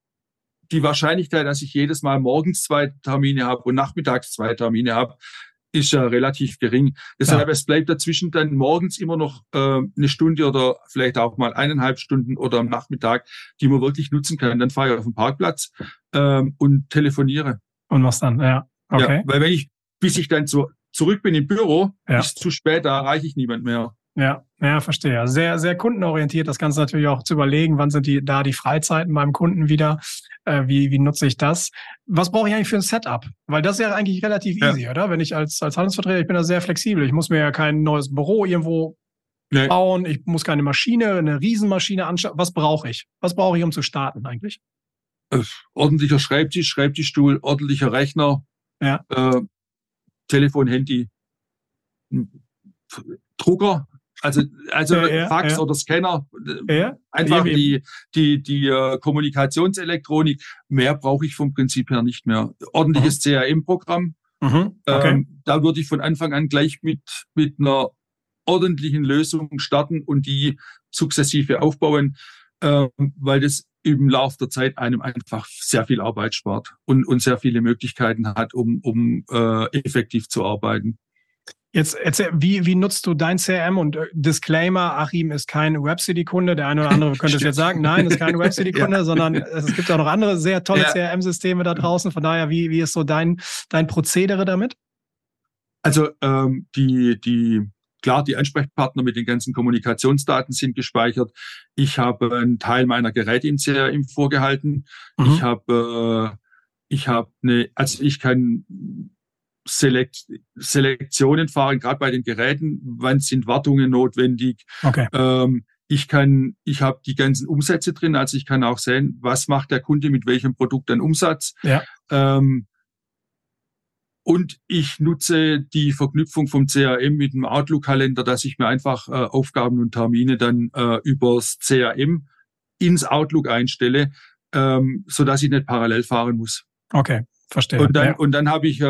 die Wahrscheinlichkeit, dass ich jedes Mal morgens 2 Termine habe und nachmittags 2 Termine habe, ist ja relativ gering. Deshalb, es bleibt dazwischen dann morgens immer noch eine Stunde oder vielleicht auch mal 1,5 Stunden oder am Nachmittag, die man wirklich nutzen kann. Dann fahre ich auf den Parkplatz und telefoniere. Und was dann? Ja, okay. Ja, weil bis ich dann zurück bin im Büro, ist zu spät, da erreiche ich niemand mehr. Ja, verstehe. Sehr, sehr kundenorientiert. Das Ganze natürlich auch zu überlegen, wann sind die Freizeiten beim Kunden wieder? Wie nutze ich das? Was brauche ich eigentlich für ein Setup? Weil das ist ja eigentlich relativ easy, oder? Wenn ich als Handelsvertreter, ich bin da sehr flexibel. Ich muss mir ja kein neues Büro irgendwo bauen. Ich muss keine Maschine, eine Riesenmaschine anschauen. Was brauche ich? Was brauche ich, um zu starten eigentlich? Ordentlicher Schreibtisch, Schreibtischstuhl, ordentlicher Rechner, Telefon, Handy, Drucker. Also Fax oder Scanner, einfach die Kommunikationselektronik. Mehr brauche ich vom Prinzip her nicht mehr. Ordentliches CRM-Programm. Da würde ich von Anfang an gleich mit einer ordentlichen Lösung starten und die sukzessive aufbauen, weil das im Laufe der Zeit einem einfach sehr viel Arbeit spart und sehr viele Möglichkeiten hat, um effektiv zu arbeiten. Jetzt erzähl, wie nutzt du dein CRM? Und Disclaimer, Achim ist kein Webcity-Kunde. Der eine oder andere könnte es jetzt sagen, nein, ist kein Webcity-Kunde, sondern es gibt auch noch andere sehr tolle CRM-Systeme da draußen. Von daher, wie ist so dein Prozedere damit? Also die Ansprechpartner mit den ganzen Kommunikationsdaten sind gespeichert. Ich habe einen Teil meiner Geräte im CRM vorgehalten. Ich kann Selektionen fahren, gerade bei den Geräten. Wann sind Wartungen notwendig? Okay. Ich habe die ganzen Umsätze drin, also ich kann auch sehen, was macht der Kunde mit welchem Produkt an Umsatz. Ja. Und ich nutze die Verknüpfung vom CRM mit dem Outlook-Kalender, dass ich mir einfach Aufgaben und Termine dann übers CRM ins Outlook einstelle, so dass ich nicht parallel fahren muss. Okay, verstehe. Und dann habe ich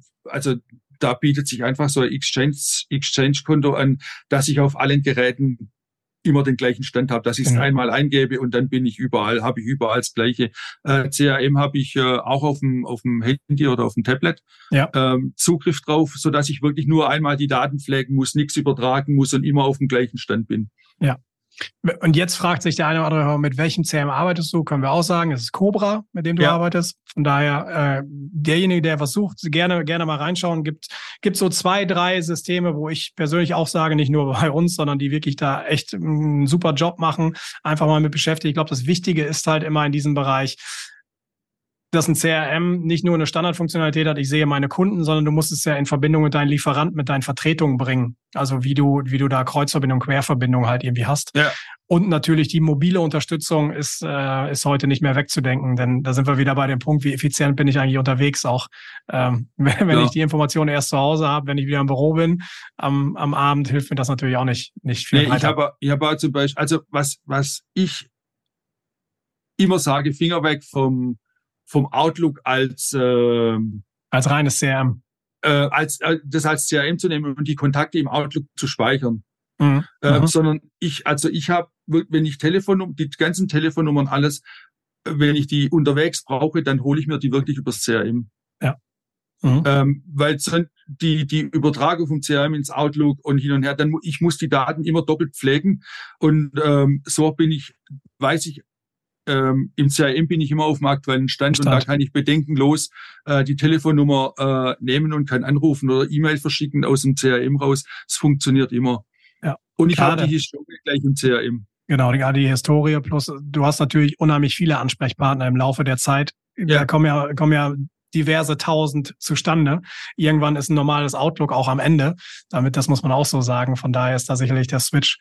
da bietet sich einfach so ein Exchange-Konto an, dass ich auf allen Geräten immer den gleichen Stand habe, dass ich es einmal eingebe und dann habe ich überall das Gleiche. CRM habe ich auch auf dem Handy oder auf dem Tablet Zugriff drauf, so dass ich wirklich nur einmal die Daten pflegen muss, nichts übertragen muss und immer auf dem gleichen Stand bin. Ja. Und jetzt fragt sich der eine oder andere, mit welchem CRM arbeitest du? Können wir auch sagen, es ist Cobra, mit dem du arbeitest. Von daher, derjenige, der was sucht, gerne mal reinschauen. Gibt so 2, 3 Systeme, wo ich persönlich auch sage, nicht nur bei uns, sondern die wirklich da echt einen super Job machen. Einfach mal mit beschäftigt. Ich glaube, das Wichtige ist halt immer in diesem Bereich, dass ein CRM nicht nur eine Standardfunktionalität hat, ich sehe meine Kunden, sondern du musst es ja in Verbindung mit deinen Lieferanten, mit deinen Vertretungen bringen. Also wie du da Kreuzverbindung, Querverbindung halt irgendwie hast. Ja. Und natürlich die mobile Unterstützung ist heute nicht mehr wegzudenken, denn da sind wir wieder bei dem Punkt, wie effizient bin ich eigentlich unterwegs auch. Wenn ich die Informationen erst zu Hause habe, wenn ich wieder im Büro bin, am Abend hilft mir das natürlich auch nicht viel weiter. Ich habe zum Beispiel, also was ich immer sage, Finger weg vom Outlook als reines CRM. Das als CRM zu nehmen und die Kontakte im Outlook zu speichern. Sondern ich habe, wenn ich die ganzen Telefonnummern, alles, wenn ich die unterwegs brauche, dann hole ich mir die wirklich übers CRM. Ja. Weil die Übertragung vom CRM ins Outlook und hin und her, ich muss die Daten immer doppelt pflegen und so weiß ich, im CRM bin ich immer auf dem aktuellen Stand und da kann ich bedenkenlos die Telefonnummer nehmen und kann anrufen oder E-Mail verschicken aus dem CRM raus. Es funktioniert immer. Ja. Und ich habe die Historie gleich im CRM. Genau, die Historie plus du hast natürlich unheimlich viele Ansprechpartner im Laufe der Zeit. Da kommen ja diverse 1000 zustande. Irgendwann ist ein normales Outlook auch am Ende. Das muss man auch so sagen. Von daher ist da sicherlich der Switch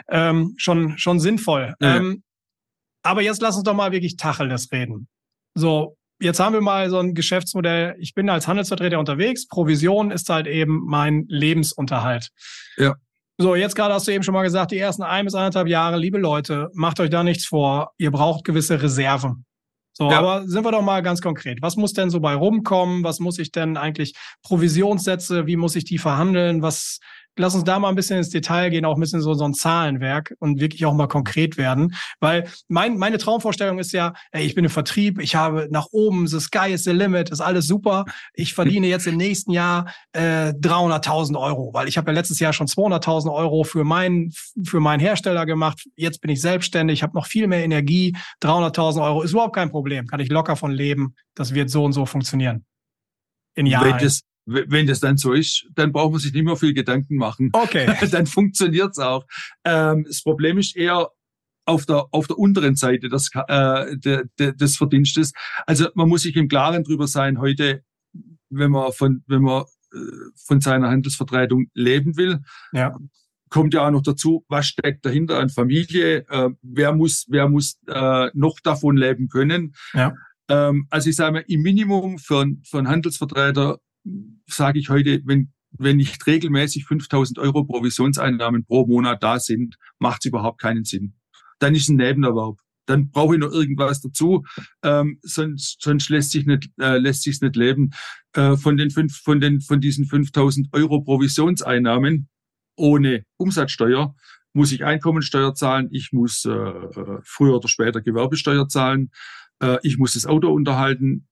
schon sinnvoll. Ja. Aber jetzt lass uns doch mal wirklich Tacheles reden. So, jetzt haben wir mal so ein Geschäftsmodell. Ich bin als Handelsvertreter unterwegs. Provision ist halt eben mein Lebensunterhalt. Ja. So, jetzt gerade hast du eben schon mal gesagt, die ersten 1 bis 1,5 Jahre, liebe Leute, macht euch da nichts vor. Ihr braucht gewisse Reserven. So, aber sind wir doch mal ganz konkret. Was muss denn so bei rumkommen? Was muss ich denn eigentlich Provisionssätze? Wie muss ich die verhandeln? lass uns da mal ein bisschen ins Detail gehen, auch ein bisschen so ein Zahlenwerk und wirklich auch mal konkret werden. Weil meine Traumvorstellung ist ja, ey, ich bin im Vertrieb, ich habe nach oben, the sky is the limit, ist alles super. Ich verdiene jetzt im nächsten Jahr 300.000 Euro, weil ich habe ja letztes Jahr schon 200.000 Euro für meinen Hersteller gemacht. Jetzt bin ich selbstständig, habe noch viel mehr Energie. 300.000 Euro ist überhaupt kein Problem, kann ich locker von leben. Das wird so und so funktionieren. In Jahren. Wenn das dann so ist, dann braucht man sich nicht mehr viel Gedanken machen. Okay. Dann funktioniert's auch. Das Problem ist eher auf der unteren Seite des Verdienstes. Also man muss sich im Klaren drüber sein, heute, wenn man von seiner Handelsvertretung leben will, ja, kommt ja auch noch dazu, was steckt dahinter an Familie, wer muss noch davon leben können. Ja. Also ich sage mal, im Minimum für einen Handelsvertreter sage ich heute, wenn nicht regelmäßig 5.000 Euro Provisionseinnahmen pro Monat da sind, macht es überhaupt keinen Sinn. Dann ist ein Nebenerwerb. Dann brauche ich noch irgendwas dazu, sonst lässt sich's nicht leben. Von diesen 5.000 Euro Provisionseinnahmen ohne Umsatzsteuer muss ich Einkommensteuer zahlen, ich muss früher oder später Gewerbesteuer zahlen, ich muss das Auto unterhalten,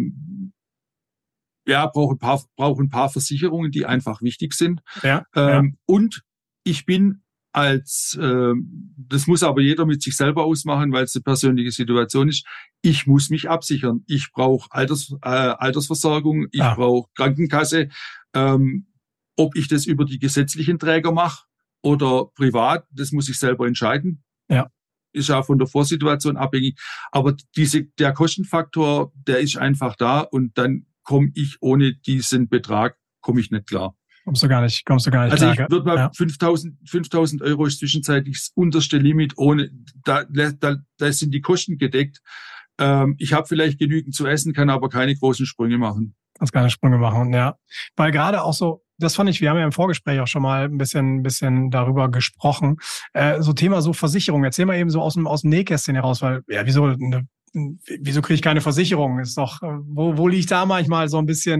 brauche ein paar Versicherungen, die einfach wichtig sind. Ja, und ich bin das muss aber jeder mit sich selber ausmachen, weil es eine persönliche Situation ist. Ich muss mich absichern. Ich brauche Altersversorgung, ich brauche Krankenkasse. Ob ich das über die gesetzlichen Träger mache oder privat, das muss ich selber entscheiden. Ja. Ist ja von der Vorsituation abhängig. Aber der Kostenfaktor, der ist einfach da und dann komme ich ohne diesen Betrag nicht klar. Kommst du gar nicht also klar. Also ich würde mal 5.000 Euro ist zwischenzeitlich das unterste Limit, da sind die Kosten gedeckt. Ich habe vielleicht genügend zu essen, kann aber keine großen Sprünge machen. Kannst keine Sprünge machen, ja. Weil gerade auch so, das fand ich, wir haben ja im Vorgespräch auch schon mal ein bisschen darüber gesprochen. So Thema so Versicherung. Erzähl mal eben so aus dem Nähkästchen heraus, weil, ja, wieso kriege ich keine Versicherung? Ist doch, wo liegt da manchmal so ein bisschen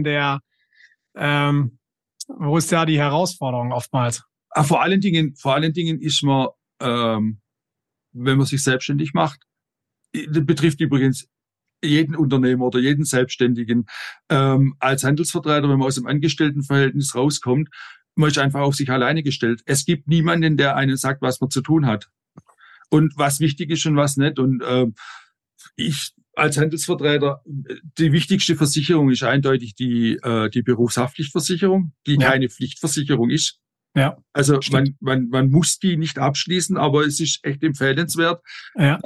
wo ist da die Herausforderung oftmals? Vor allen Dingen ist man, wenn man sich selbstständig macht, das betrifft übrigens jeden Unternehmer oder jeden Selbstständigen, als Handelsvertreter, wenn man aus dem Angestelltenverhältnis rauskommt, man ist einfach auf sich alleine gestellt. Es gibt niemanden, der einem sagt, was man zu tun hat und was wichtig ist und was nicht. Und ich als Handelsvertreter, die wichtigste Versicherung ist eindeutig die Berufshaftpflichtversicherung, die keine Pflichtversicherung ist. Ja. Also man muss die nicht abschließen, aber es ist echt empfehlenswert. Ja.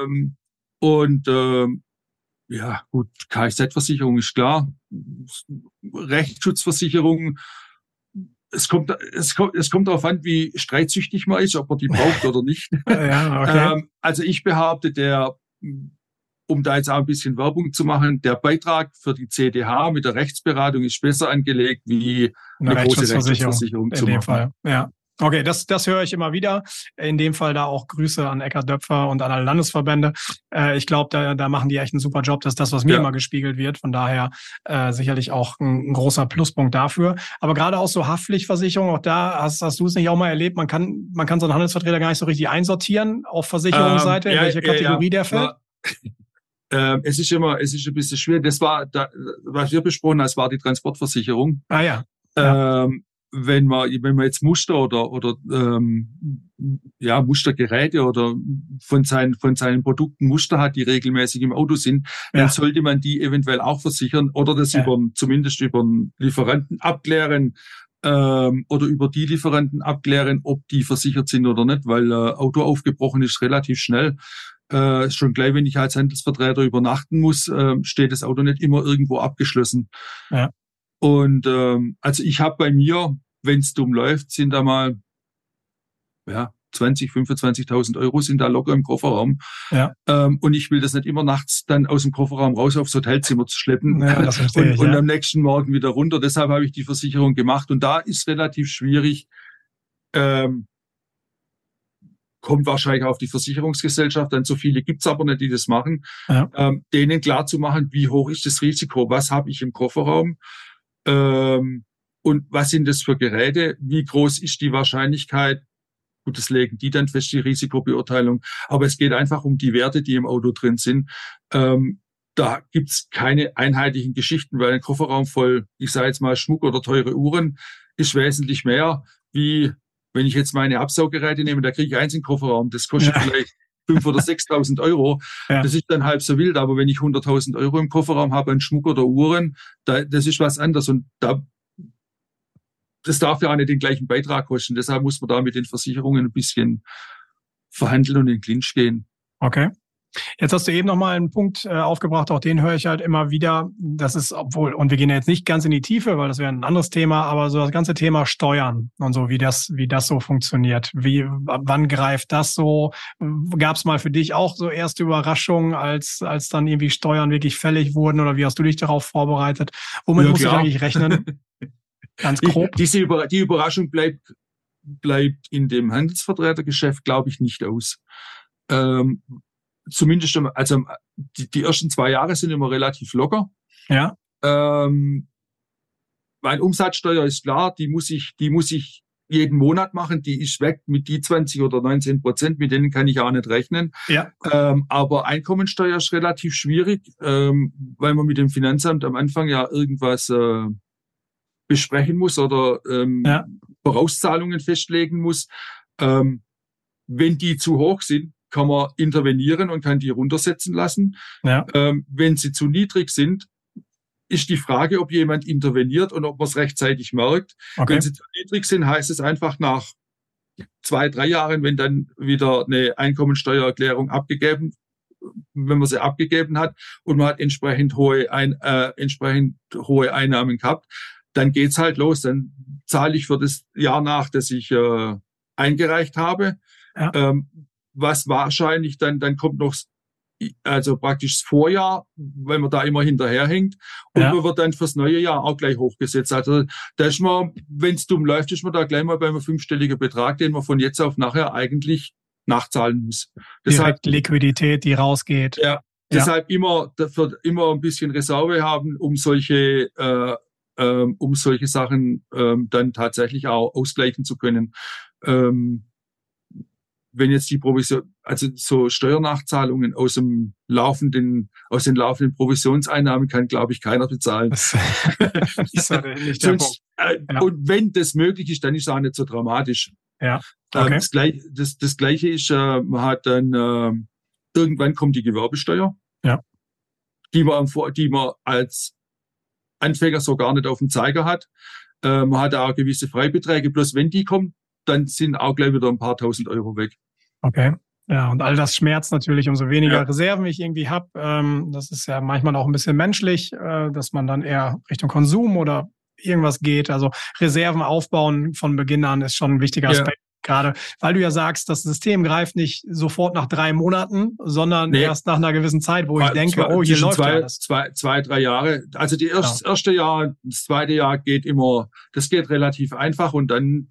Gut, Kfz-Versicherung ist klar, Rechtsschutzversicherung. Es kommt darauf an, wie streitsüchtig man ist, ob man die braucht oder nicht. Ja, okay. Also ich behaupte, um da jetzt auch ein bisschen Werbung zu machen, der Beitrag für die CDH mit der Rechtsberatung ist besser angelegt, wie eine große Rechtsversicherung zu machen. In dem Fall, ja. Okay, das höre ich immer wieder. In dem Fall da auch Grüße an Eckart Döpfer und an alle Landesverbände. Ich glaube, da machen die echt einen super Job. Das ist das, was mir immer gespiegelt wird. Von daher sicherlich auch ein großer Pluspunkt dafür. Aber gerade auch so Haftpflichtversicherung, auch da hast du es nicht auch mal erlebt. Man kann so einen Handelsvertreter gar nicht so richtig einsortieren auf Versicherungsseite, in welche Kategorie der fällt. Es ist ein bisschen schwierig. Das war, was wir besprochen haben, das war die Transportversicherung. Ah ja. Wenn man jetzt Muster oder Mustergeräte oder von seinen Produkten Muster hat, die regelmäßig im Auto sind, dann sollte man die eventuell auch versichern oder das zumindest über einen Lieferanten abklären oder über die Lieferanten abklären, ob die versichert sind oder nicht, weil Auto aufgebrochen ist relativ schnell. Schon gleich, wenn ich als Handelsvertreter übernachten muss, steht das Auto nicht immer irgendwo abgeschlossen. Ja. Und also ich habe bei mir, wenn es dumm läuft, sind da mal 20.000, 25.000 Euro sind da locker im Kofferraum. Ja. Und ich will das nicht immer nachts dann aus dem Kofferraum raus aufs Hotelzimmer zu schleppen und am nächsten Morgen wieder runter. Deshalb habe ich die Versicherung gemacht. Und da ist relativ schwierig, kommt wahrscheinlich auf die Versicherungsgesellschaft an. So viele gibt's aber nicht, die das machen. Ja. Denen klar zu machen, wie hoch ist das Risiko, was habe ich im Kofferraum. und was sind das für Geräte, wie groß ist die Wahrscheinlichkeit. Gut, das legen die dann fest, die Risikobeurteilung. Aber es geht einfach um die Werte, die im Auto drin sind. Da gibt's keine einheitlichen Geschichten, weil ein Kofferraum voll, ich sage jetzt mal, Schmuck oder teure Uhren ist wesentlich mehr, wie wenn ich jetzt meine Absauggeräte nehme, da kriege ich eins in den Kofferraum. Das kostet vielleicht 5.000 oder 6.000 Euro. Ja. Das ist dann halb so wild. Aber wenn ich 100.000 Euro im Kofferraum habe an Schmuck oder Uhren, das ist was anderes. Und das darf ja auch nicht den gleichen Beitrag kosten. Deshalb muss man da mit den Versicherungen ein bisschen verhandeln und in den Clinch gehen. Okay. Jetzt hast du eben nochmal einen Punkt aufgebracht, auch den höre ich halt immer wieder. Das ist, und wir gehen jetzt nicht ganz in die Tiefe, weil das wäre ein anderes Thema, aber so das ganze Thema Steuern und so, wie das so funktioniert. Wann greift das so? Gab es mal für dich auch so erste Überraschungen, als dann irgendwie Steuern wirklich fällig wurden, oder wie hast du dich darauf vorbereitet? Womit musst du eigentlich rechnen? Ganz grob. Die Überraschung bleibt in dem Handelsvertretergeschäft, glaube ich, nicht aus. Zumindest, also die ersten 2 Jahre sind immer relativ locker. Ja. Meine Umsatzsteuer ist klar, die muss ich jeden Monat machen, die ist weg mit die 20 oder 19%, mit denen kann ich auch nicht rechnen. Ja. Aber Einkommensteuer ist relativ schwierig, weil man mit dem Finanzamt am Anfang ja irgendwas besprechen muss oder Vorauszahlungen festlegen muss. Wenn die zu hoch sind, kann man intervenieren und kann die runtersetzen lassen. Ja. Wenn sie zu niedrig sind, ist die Frage, ob jemand interveniert und ob man es rechtzeitig merkt. Okay. Wenn sie zu niedrig sind, heißt es einfach nach 2, 3 Jahren, wenn dann wieder eine Einkommensteuererklärung wenn man sie abgegeben hat und man hat entsprechend hohe Einnahmen gehabt, dann geht's halt los. Dann zahle ich für das Jahr nach, das ich eingereicht habe. Ja. Was wahrscheinlich dann kommt noch, also praktisch das Vorjahr, weil man da immer hinterherhängt. Und man wird dann fürs neue Jahr auch gleich hochgesetzt. Also da ist man, wenn es dumm läuft, ist man da gleich mal bei einem 5-stelligen Betrag, den man von jetzt auf nachher eigentlich nachzahlen muss. Deshalb Liquidität, die rausgeht. Ja. Deshalb immer ein bisschen Reserve haben, um solche Sachen dann tatsächlich auch ausgleichen zu können. Wenn jetzt die Provision, also so Steuernachzahlungen aus den laufenden Provisionseinnahmen kann, glaube ich, keiner bezahlen. Das ist nicht der Punkt. Und wenn das möglich ist, dann ist es auch nicht so dramatisch. Ja. Okay. Das Gleiche ist, man hat dann irgendwann kommt die Gewerbesteuer, die man als Anfänger so gar nicht auf dem Zeiger hat. Man hat auch gewisse Freibeträge. Bloß wenn die kommen, dann sind auch gleich wieder ein paar tausend Euro weg. Okay. Ja, und all das schmerzt natürlich, umso weniger Reserven ich irgendwie habe. Das ist ja manchmal auch ein bisschen menschlich, dass man dann eher Richtung Konsum oder irgendwas geht. Also Reserven aufbauen von Beginn an ist schon ein wichtiger Aspekt. Gerade, weil du ja sagst, das System greift nicht sofort nach 3 Monaten, sondern erst nach einer gewissen Zeit, wo ich denke, hier läuft alles. 2, 3 Jahre. Also das erste Jahr, das zweite Jahr geht relativ einfach und dann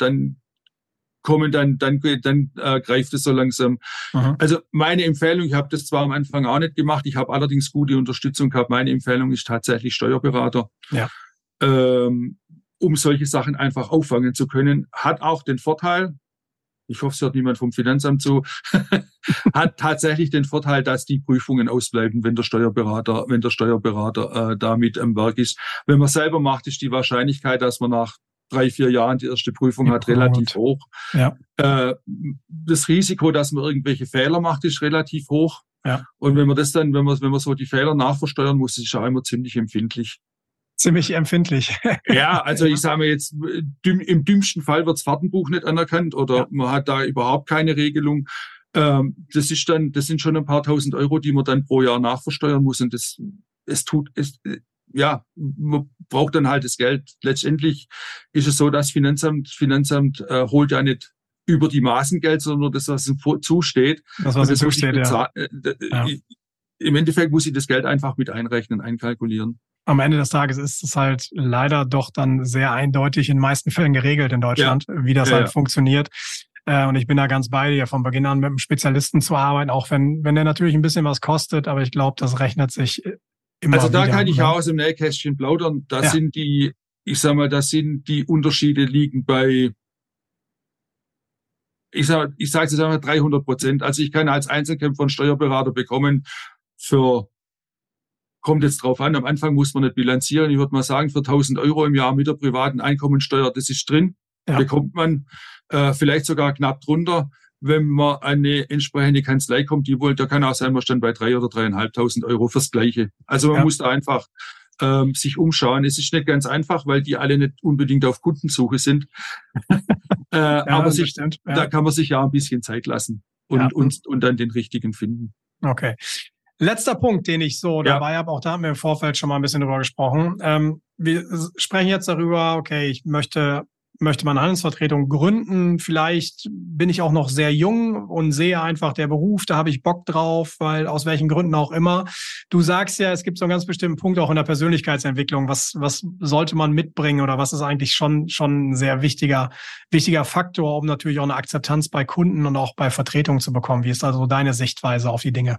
greift es so langsam. Mhm. Also meine Empfehlung, ich habe das zwar am Anfang auch nicht gemacht, ich habe allerdings gute Unterstützung gehabt. Meine Empfehlung ist tatsächlich Steuerberater. Ja. Um solche Sachen einfach auffangen zu können. Hat auch den Vorteil, ich hoffe, es hört niemand vom Finanzamt zu, hat tatsächlich den Vorteil, dass die Prüfungen ausbleiben, wenn der Steuerberater da mit am Werk ist. Wenn man selber macht, ist die Wahrscheinlichkeit, dass man nach 3, 4 Jahren die erste Prüfung hat, relativ hoch. Ja. Das Risiko, dass man irgendwelche Fehler macht, ist relativ hoch. Ja. Und wenn man so die Fehler nachversteuern muss, ist es auch immer ziemlich empfindlich. Ziemlich empfindlich. Ja, also ich sage mal jetzt, im dümmsten Fall wird das Fahrtenbuch nicht anerkannt oder man hat da überhaupt keine Regelung. Das sind schon ein paar tausend Euro, die man dann pro Jahr nachversteuern muss und man braucht dann halt das Geld. Letztendlich ist es so, dass Finanzamt holt ja nicht über die Maßen Geld, sondern das, was ihm zusteht. Das, was ihm zusteht, Im Endeffekt muss ich das Geld einfach mit einrechnen, einkalkulieren. Am Ende des Tages ist es halt leider doch dann sehr eindeutig in den meisten Fällen geregelt in Deutschland, wie das funktioniert. Und ich bin da ganz bei dir, von Beginn an mit einem Spezialisten zu arbeiten, auch wenn der natürlich ein bisschen was kostet, aber ich glaube, das rechnet sich immer Also da wieder, kann ich auch aus dem Nähkästchen plaudern. Da sind die ich sag mal, das sind die Unterschiede liegen bei, ich sage jetzt einmal 300%. Also ich kann als Einzelkämpfer einen Steuerberater bekommen kommt jetzt drauf an, am Anfang muss man nicht bilanzieren. Ich würde mal sagen, für 1.000 Euro im Jahr mit der privaten Einkommensteuer, das ist drin, bekommt man vielleicht sogar knapp drunter. Wenn man an eine entsprechende Kanzlei kommt, da kann auch sein, man stand bei 3.000 oder 3.500 Euro fürs Gleiche. Also man muss da einfach sich umschauen. Es ist nicht ganz einfach, weil die alle nicht unbedingt auf Kundensuche sind. Aber da kann man sich ja ein bisschen Zeit lassen und dann den richtigen finden. Okay. Letzter Punkt, den ich so dabei habe, auch da haben wir im Vorfeld schon mal ein bisschen drüber gesprochen. Wir sprechen jetzt darüber, okay, ich möchte meine Handelsvertretung gründen. Vielleicht bin ich auch noch sehr jung und sehe einfach der Beruf, da habe ich Bock drauf, weil aus welchen Gründen auch immer. Du sagst ja, es gibt so einen ganz bestimmten Punkt auch in der Persönlichkeitsentwicklung. Was sollte man mitbringen oder was ist eigentlich schon ein sehr wichtiger Faktor, um natürlich auch eine Akzeptanz bei Kunden und auch bei Vertretungen zu bekommen? Wie ist also deine Sichtweise auf die Dinge?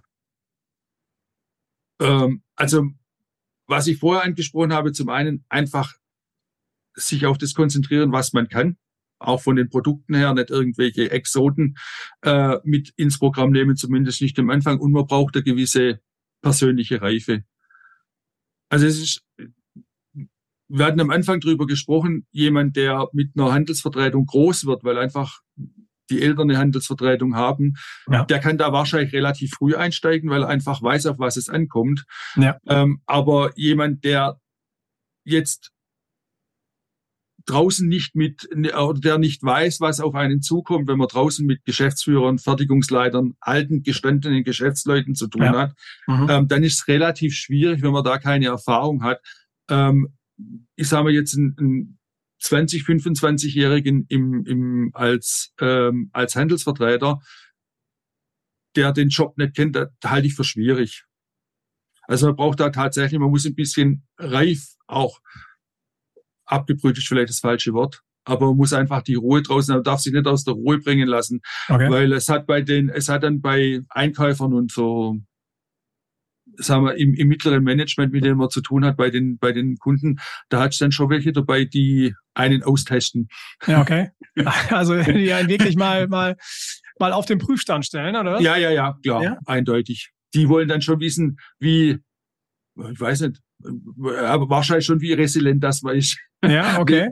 Also, was ich vorher angesprochen habe, zum einen einfach sich auf das konzentrieren, was man kann, auch von den Produkten her, nicht irgendwelche Exoten mit ins Programm nehmen, zumindest nicht am Anfang. Und man braucht eine gewisse persönliche Reife. Also wir hatten am Anfang drüber gesprochen, jemand, der mit einer Handelsvertretung groß wird, weil einfach die Eltern eine Handelsvertretung haben, der kann da wahrscheinlich relativ früh einsteigen, weil er einfach weiß, auf was es ankommt. Ja. Aber jemand, der jetzt draußen der nicht weiß, was auf einen zukommt, wenn man draußen mit Geschäftsführern, Fertigungsleitern, alten, gestandenen Geschäftsleuten zu tun hat, dann ist es relativ schwierig, wenn man da keine Erfahrung hat. Ich sage mal jetzt ein 20-, 25-Jährigen als Handelsvertreter, der den Job nicht kennt, das halte ich für schwierig. Also man braucht da tatsächlich, man muss ein bisschen reif auch, abgebrüht ist vielleicht das falsche Wort, aber man muss einfach die Ruhe draußen, man darf sich nicht aus der Ruhe bringen lassen, weil es hat dann bei Einkäufern und so, sagen wir, im mittleren Management, mit dem man zu tun hat, bei den Kunden, da hat es dann schon welche dabei, die einen austesten. Ja, okay. Also die einen wirklich mal auf den Prüfstand stellen, oder was? Ja, klar, eindeutig. Die wollen dann schon wissen, ich weiß nicht, aber wahrscheinlich schon, wie resilient das man ist. Ja, okay.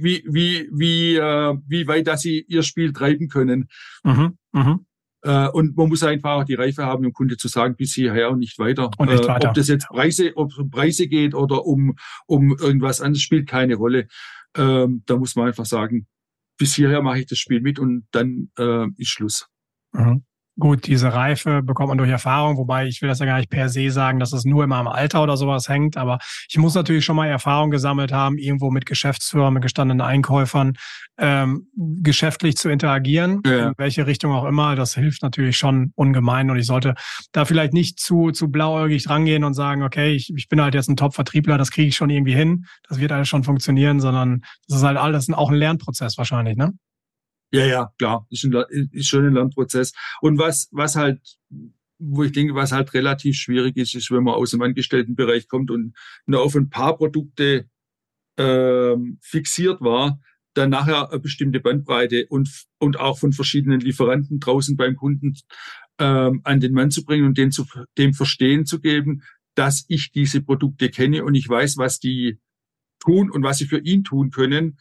Wie weit, dass sie ihr Spiel treiben können. Und man muss einfach auch die Reife haben, dem Kunde zu sagen, bis hierher und nicht weiter. Und nicht weiter. Ob das jetzt um Preise geht oder um irgendwas anderes, spielt keine Rolle. Da muss man einfach sagen, bis hierher mache ich das Spiel mit und dann ist Schluss. Gut, diese Reife bekommt man durch Erfahrung, wobei ich will das ja gar nicht per se sagen, dass es nur immer am Alter oder sowas hängt, aber ich muss natürlich schon mal Erfahrung gesammelt haben, irgendwo mit Geschäftsführern, mit gestandenen Einkäufern geschäftlich zu interagieren, in welche Richtung auch immer. Das hilft natürlich schon ungemein und ich sollte da vielleicht nicht zu blauäugig rangehen und sagen, okay, ich bin halt jetzt ein Top-Vertriebler, das kriege ich schon irgendwie hin, das wird alles schon funktionieren, sondern das ist halt alles auch ein Lernprozess wahrscheinlich, ne? Ja, klar, ist schon ein Lernprozess. Und was halt relativ schwierig ist, wenn man aus dem Angestelltenbereich kommt und nur auf ein paar Produkte fixiert war, dann nachher eine bestimmte Bandbreite und auch von verschiedenen Lieferanten draußen beim Kunden an den Mann zu bringen und dem Verstehen zu geben, dass ich diese Produkte kenne und ich weiß, was die tun und was sie für ihn tun können.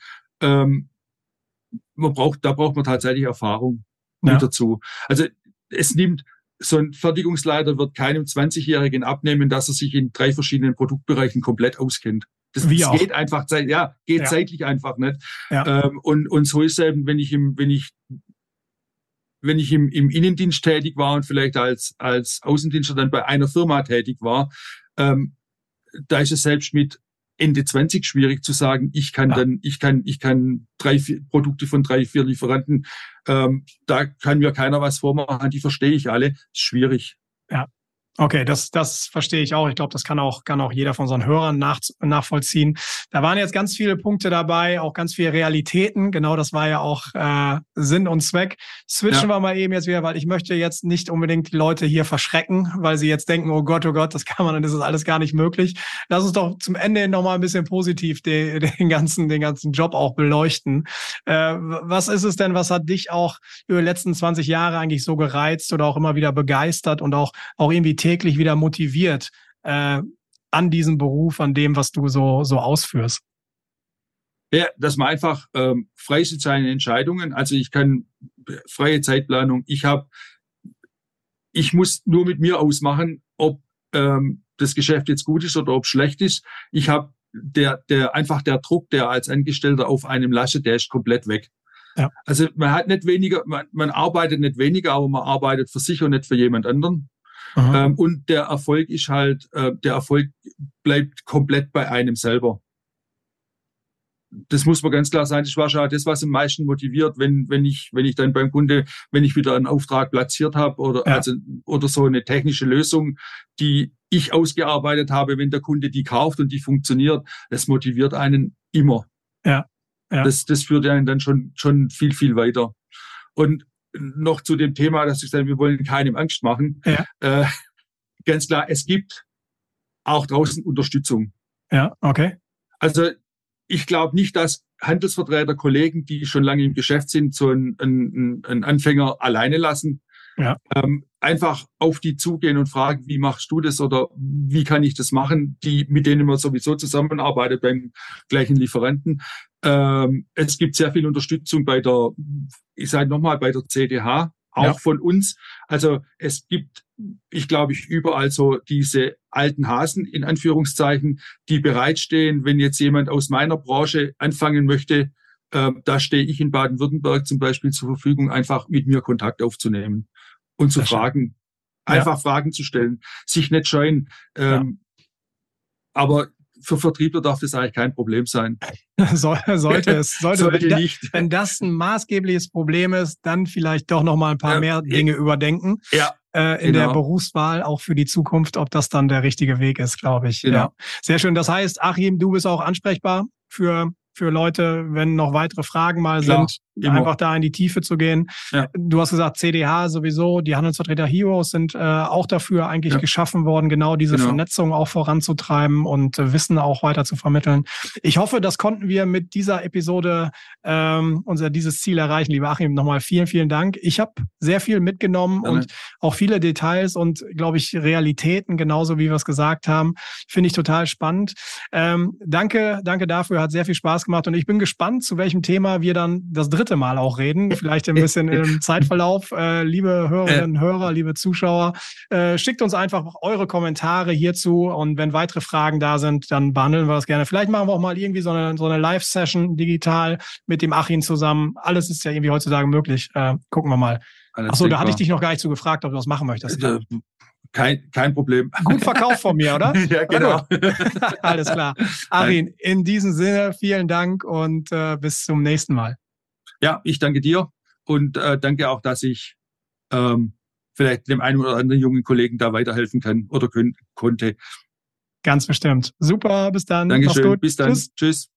Da braucht man tatsächlich Erfahrung mit dazu. Also so ein Fertigungsleiter wird keinem 20-Jährigen abnehmen, dass er sich in 3 verschiedenen Produktbereichen komplett auskennt. Das geht einfach, zeitlich einfach nicht. Ja. Und so ist es eben, wenn ich im Innendienst tätig war und vielleicht als Außendienstler dann bei einer Firma tätig war, da ist es selbst mit Ende 20 schwierig zu sagen, ich kann 3, 4 Produkte von 3, 4 Lieferanten, da kann mir keiner was vormachen, die verstehe ich alle. Ist schwierig. Ja. Okay, das verstehe ich auch. Ich glaube, das kann auch jeder von unseren Hörern nachvollziehen. Da waren jetzt ganz viele Punkte dabei, auch ganz viele Realitäten. Genau, das war ja auch Sinn und Zweck. Switchen wir mal eben jetzt wieder, weil ich möchte jetzt nicht unbedingt die Leute hier verschrecken, weil sie jetzt denken, oh Gott, das kann man, das ist alles gar nicht möglich. Lass uns doch zum Ende noch mal ein bisschen positiv den ganzen Job auch beleuchten. Was ist es denn, was hat dich auch über die letzten 20 Jahre eigentlich so gereizt oder auch immer wieder begeistert und auch irgendwie täglich wieder motiviert an diesem Beruf, an dem, was du so ausführst? Ja, dass man einfach frei sind seine Entscheidungen. Also ich kann freie Zeitplanung. Ich muss nur mit mir ausmachen, ob das Geschäft jetzt gut ist oder ob schlecht ist. Ich habe der Druck, der als Angestellter auf einem lastet, der ist komplett weg. Ja. Also man hat nicht weniger, man arbeitet nicht weniger, aber man arbeitet für sich und nicht für jemand anderen. Und der Erfolg ist halt, der Erfolg bleibt komplett bei einem selber. Das muss man ganz klar sagen. Das war schon das, was am meisten motiviert, wenn ich dann beim Kunde, wenn ich wieder einen Auftrag platziert habe oder so eine technische Lösung, die ich ausgearbeitet habe, wenn der Kunde die kauft und die funktioniert, das motiviert einen immer. Ja. Das führt einen dann schon viel, viel weiter. Und noch zu dem Thema, dass ich sage, wir wollen keinem Angst machen. Ja. Ganz klar, es gibt auch draußen Unterstützung. Ja, okay. Also ich glaube nicht, dass Handelsvertreter, Kollegen, die schon lange im Geschäft sind, so einen Anfänger alleine lassen. Ja. Einfach auf die zugehen und fragen, wie machst du das oder wie kann ich das machen, mit denen man sowieso zusammenarbeitet beim gleichen Lieferanten. Es gibt sehr viel Unterstützung bei der CDH, auch von uns. Also es gibt, ich glaube, überall so diese alten Hasen, in Anführungszeichen, die bereitstehen, wenn jetzt jemand aus meiner Branche anfangen möchte, da stehe ich in Baden-Württemberg zum Beispiel zur Verfügung, einfach mit mir Kontakt aufzunehmen und zu fragen. Einfach Fragen zu stellen, sich nicht scheuen. Aber für Vertriebler darf das eigentlich kein Problem sein. Sollte nicht. Wenn das ein maßgebliches Problem ist, dann vielleicht doch noch mal ein paar mehr Dinge überdenken. Ja. In der Berufswahl, auch für die Zukunft, ob das dann der richtige Weg ist, glaube ich. Genau. Ja. Sehr schön. Das heißt, Achim, du bist auch ansprechbar für Leute, wenn noch weitere Fragen mal sind, einfach da in die Tiefe zu gehen. Ja. Du hast gesagt, CDH sowieso, die Handelsvertreter Heroes sind auch dafür eigentlich geschaffen worden, genau diese Vernetzung auch voranzutreiben und Wissen auch weiter zu vermitteln. Ich hoffe, das konnten wir mit dieser Episode dieses Ziel erreichen. Lieber Achim, nochmal vielen, vielen Dank. Ich habe sehr viel mitgenommen und auch viele Details und, glaube ich, Realitäten, genauso wie wir es gesagt haben. Finde ich total spannend. Danke dafür, hat sehr viel Spaß gemacht und ich bin gespannt, zu welchem Thema wir dann das dritte Mal auch reden. Vielleicht ein bisschen im Zeitverlauf. Liebe Hörerinnen und Hörer, liebe Zuschauer, schickt uns einfach eure Kommentare hierzu und wenn weitere Fragen da sind, dann behandeln wir das gerne. Vielleicht machen wir auch mal irgendwie so eine Live-Session digital mit dem Achim zusammen. Alles ist ja irgendwie heutzutage möglich. Gucken wir mal. Achso, da hatte ich dich noch gar nicht so gefragt, ob du das machen möchtest. Kein Problem. Gut verkauft von mir, oder? Ja, genau. Alles klar. Achim, in diesem Sinne, vielen Dank und bis zum nächsten Mal. Ja, ich danke dir und danke auch, dass ich vielleicht dem einen oder anderen jungen Kollegen da weiterhelfen kann oder konnte. Ganz bestimmt. Super, bis dann. Dankeschön. Mach's gut. Bis dann. Tschüss.